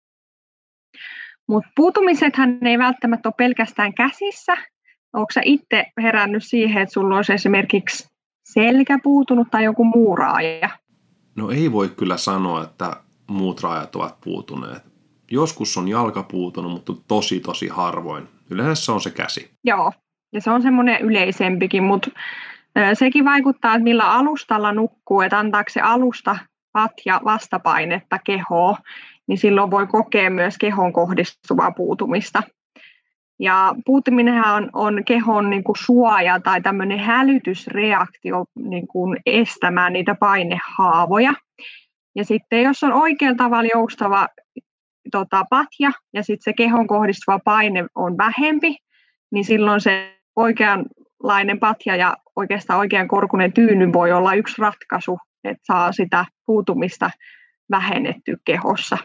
Mutta puutumisethan ei välttämättä ole pelkästään käsissä. Oletko sä itse herännyt siihen, että sulla olisi esimerkiksi selkä puutunut tai joku muu raaja? No ei voi kyllä sanoa, että muut raajat ovat puutuneet. Joskus on jalka puutunut, mutta tosi harvoin. Yleensä se on se käsi. Joo, ja se on semmoinen yleisempikin, mutta sekin vaikuttaa, että millä alustalla nukkuu, että antaako se alusta patja vastapainetta kehoon, niin silloin voi kokea myös kehon kohdistuvaa puutumista. Ja puutuminenhan on kehon niin kuin suoja tai tämmöinen hälytysreaktio niin kuin estämään niitä painehaavoja. Ja sitten jos on oikealla tavalla joustava patja ja sitten se kehon kohdistuva paine on vähempi, niin silloin se oikeanlainen patja ja oikeastaan oikean korkuinen tyyny voi olla yksi ratkaisu, että saa sitä puutumista vähennettyä kehossa.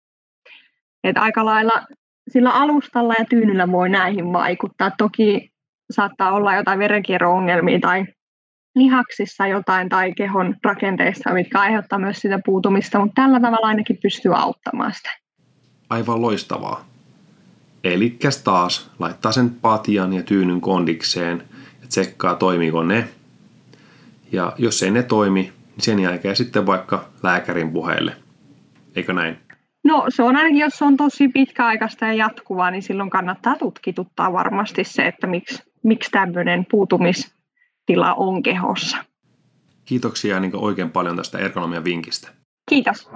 Et aika lailla sillä alustalla ja tyynyllä voi näihin vaikuttaa. Toki saattaa olla jotain verenkierro-ongelmia tai lihaksissa jotain tai kehon rakenteissa, mitkä aiheuttaa myös sitä puutumista, mutta tällä tavalla ainakin pystyy auttamaan sitä. Aivan loistavaa. Elikkäs taas laittaa sen patjan ja tyynyn kondikseen ja tsekkaa toimiiko ne. Ja jos ei ne toimi, niin sen jälkeen sitten vaikka lääkärin puheelle. Eikö näin? No se on ainakin, jos se on tosi pitkäaikaista ja jatkuvaa, niin silloin kannattaa tutkituttaa varmasti se, että miksi tämmöinen puutumistila on kehossa. Kiitoksia niin oikein paljon tästä ergonomian vinkistä. Kiitos.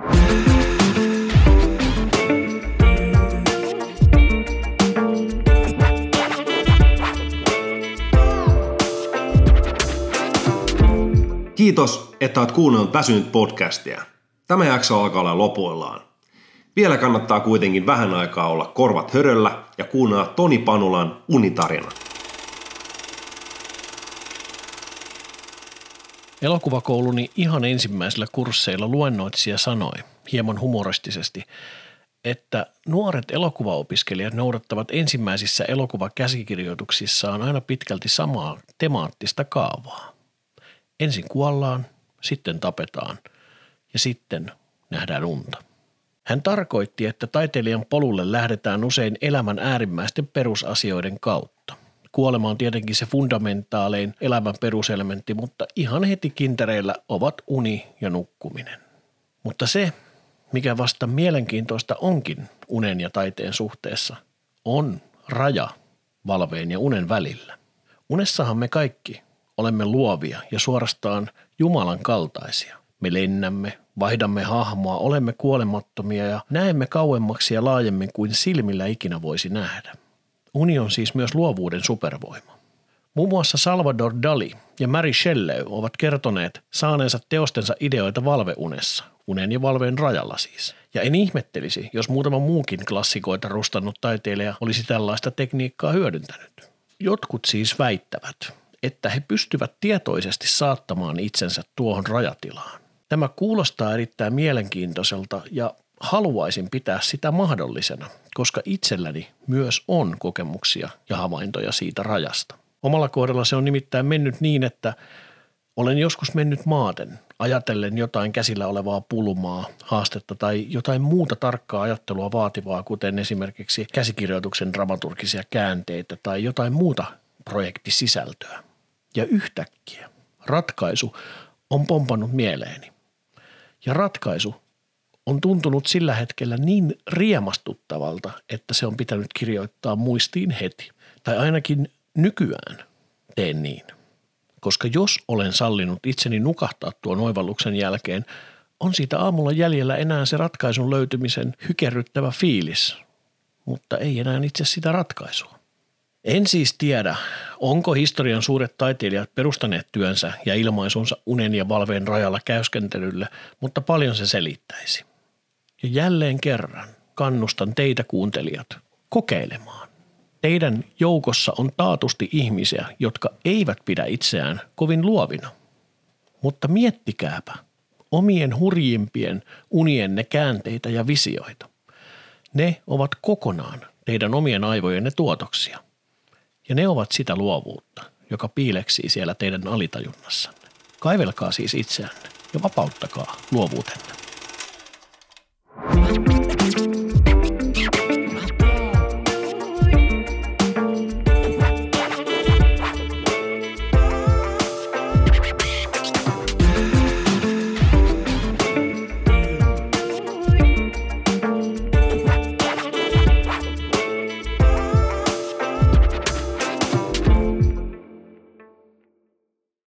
Kiitos, että olet kuunnellut Väsynyt podcastia. Tämä jakso alkaa olla lopuillaan. Vielä kannattaa kuitenkin vähän aikaa olla korvat höröllä ja kuunnella Toni Panulan unitarina. Elokuvakouluni ihan ensimmäisillä kursseilla luennoitsija sanoi, hieman humoristisesti, että nuoret elokuvaopiskelijat noudattavat ensimmäisissä elokuvakäsikirjoituksissaan aina pitkälti samaa temaattista kaavaa. Ensin kuollaan, sitten tapetaan ja sitten nähdään unta. Hän tarkoitti, että taiteilijan polulle lähdetään usein elämän äärimmäisten perusasioiden kautta. Kuolema on tietenkin se fundamentaalein elämän peruselementti, mutta ihan heti kintereillä ovat uni ja nukkuminen. Mutta se, mikä vasta mielenkiintoista onkin unen ja taiteen suhteessa, on raja valveen ja unen välillä. Unessahan me kaikki olemme luovia ja suorastaan Jumalan kaltaisia. Me lennämme, vaihdamme hahmoa, olemme kuolemattomia ja näemme kauemmaksi ja laajemmin kuin silmillä ikinä voisi nähdä. Uni on siis myös luovuuden supervoima. Muun muassa Salvador Dali ja Mary Shelley ovat kertoneet saaneensa teostensa ideoita valveunessa, unen ja valveen rajalla siis. Ja en ihmettelisi, jos muutama muukin klassikoita rustannut taiteilija olisi tällaista tekniikkaa hyödyntänyt. Jotkut siis väittävät, että he pystyvät tietoisesti saattamaan itsensä tuohon rajatilaan. Tämä kuulostaa erittäin mielenkiintoiselta ja haluaisin pitää sitä mahdollisena, koska itselläni myös on kokemuksia ja havaintoja siitä rajasta. Omalla kohdalla se on nimittäin mennyt niin, että olen joskus mennyt maaten ajatellen jotain käsillä olevaa pulmaa, haastetta tai jotain muuta tarkkaa ajattelua vaativaa, kuten esimerkiksi käsikirjoituksen dramaturgisia käänteitä tai jotain muuta projektisisältöä. Ja yhtäkkiä ratkaisu on pompannut mieleeni. Ja ratkaisu on tuntunut sillä hetkellä niin riemastuttavalta, että se on pitänyt kirjoittaa muistiin heti. Tai ainakin nykyään teen niin. Koska jos olen sallinut itseni nukahtaa tuon oivalluksen jälkeen, on siitä aamulla jäljellä enää se ratkaisun löytymisen hykerryttävä fiilis, mutta ei enää itse sitä ratkaisua. En siis tiedä, onko historian suuret taiteilijat perustaneet työnsä ja ilmaisunsa unen ja valveen rajalla käyskentelylle, mutta paljon se selittäisi. Ja jälleen kerran kannustan teitä kuuntelijat kokeilemaan. Teidän joukossa on taatusti ihmisiä, jotka eivät pidä itseään kovin luovina. Mutta miettikääpä omien hurjimpien unienne käänteitä ja visioita. Ne ovat kokonaan teidän omien aivojenne tuotoksia. Ja ne ovat sitä luovuutta, joka piileksii siellä teidän alitajunnassanne. Kaivelkaa siis itseänne ja vapauttakaa luovuutenne.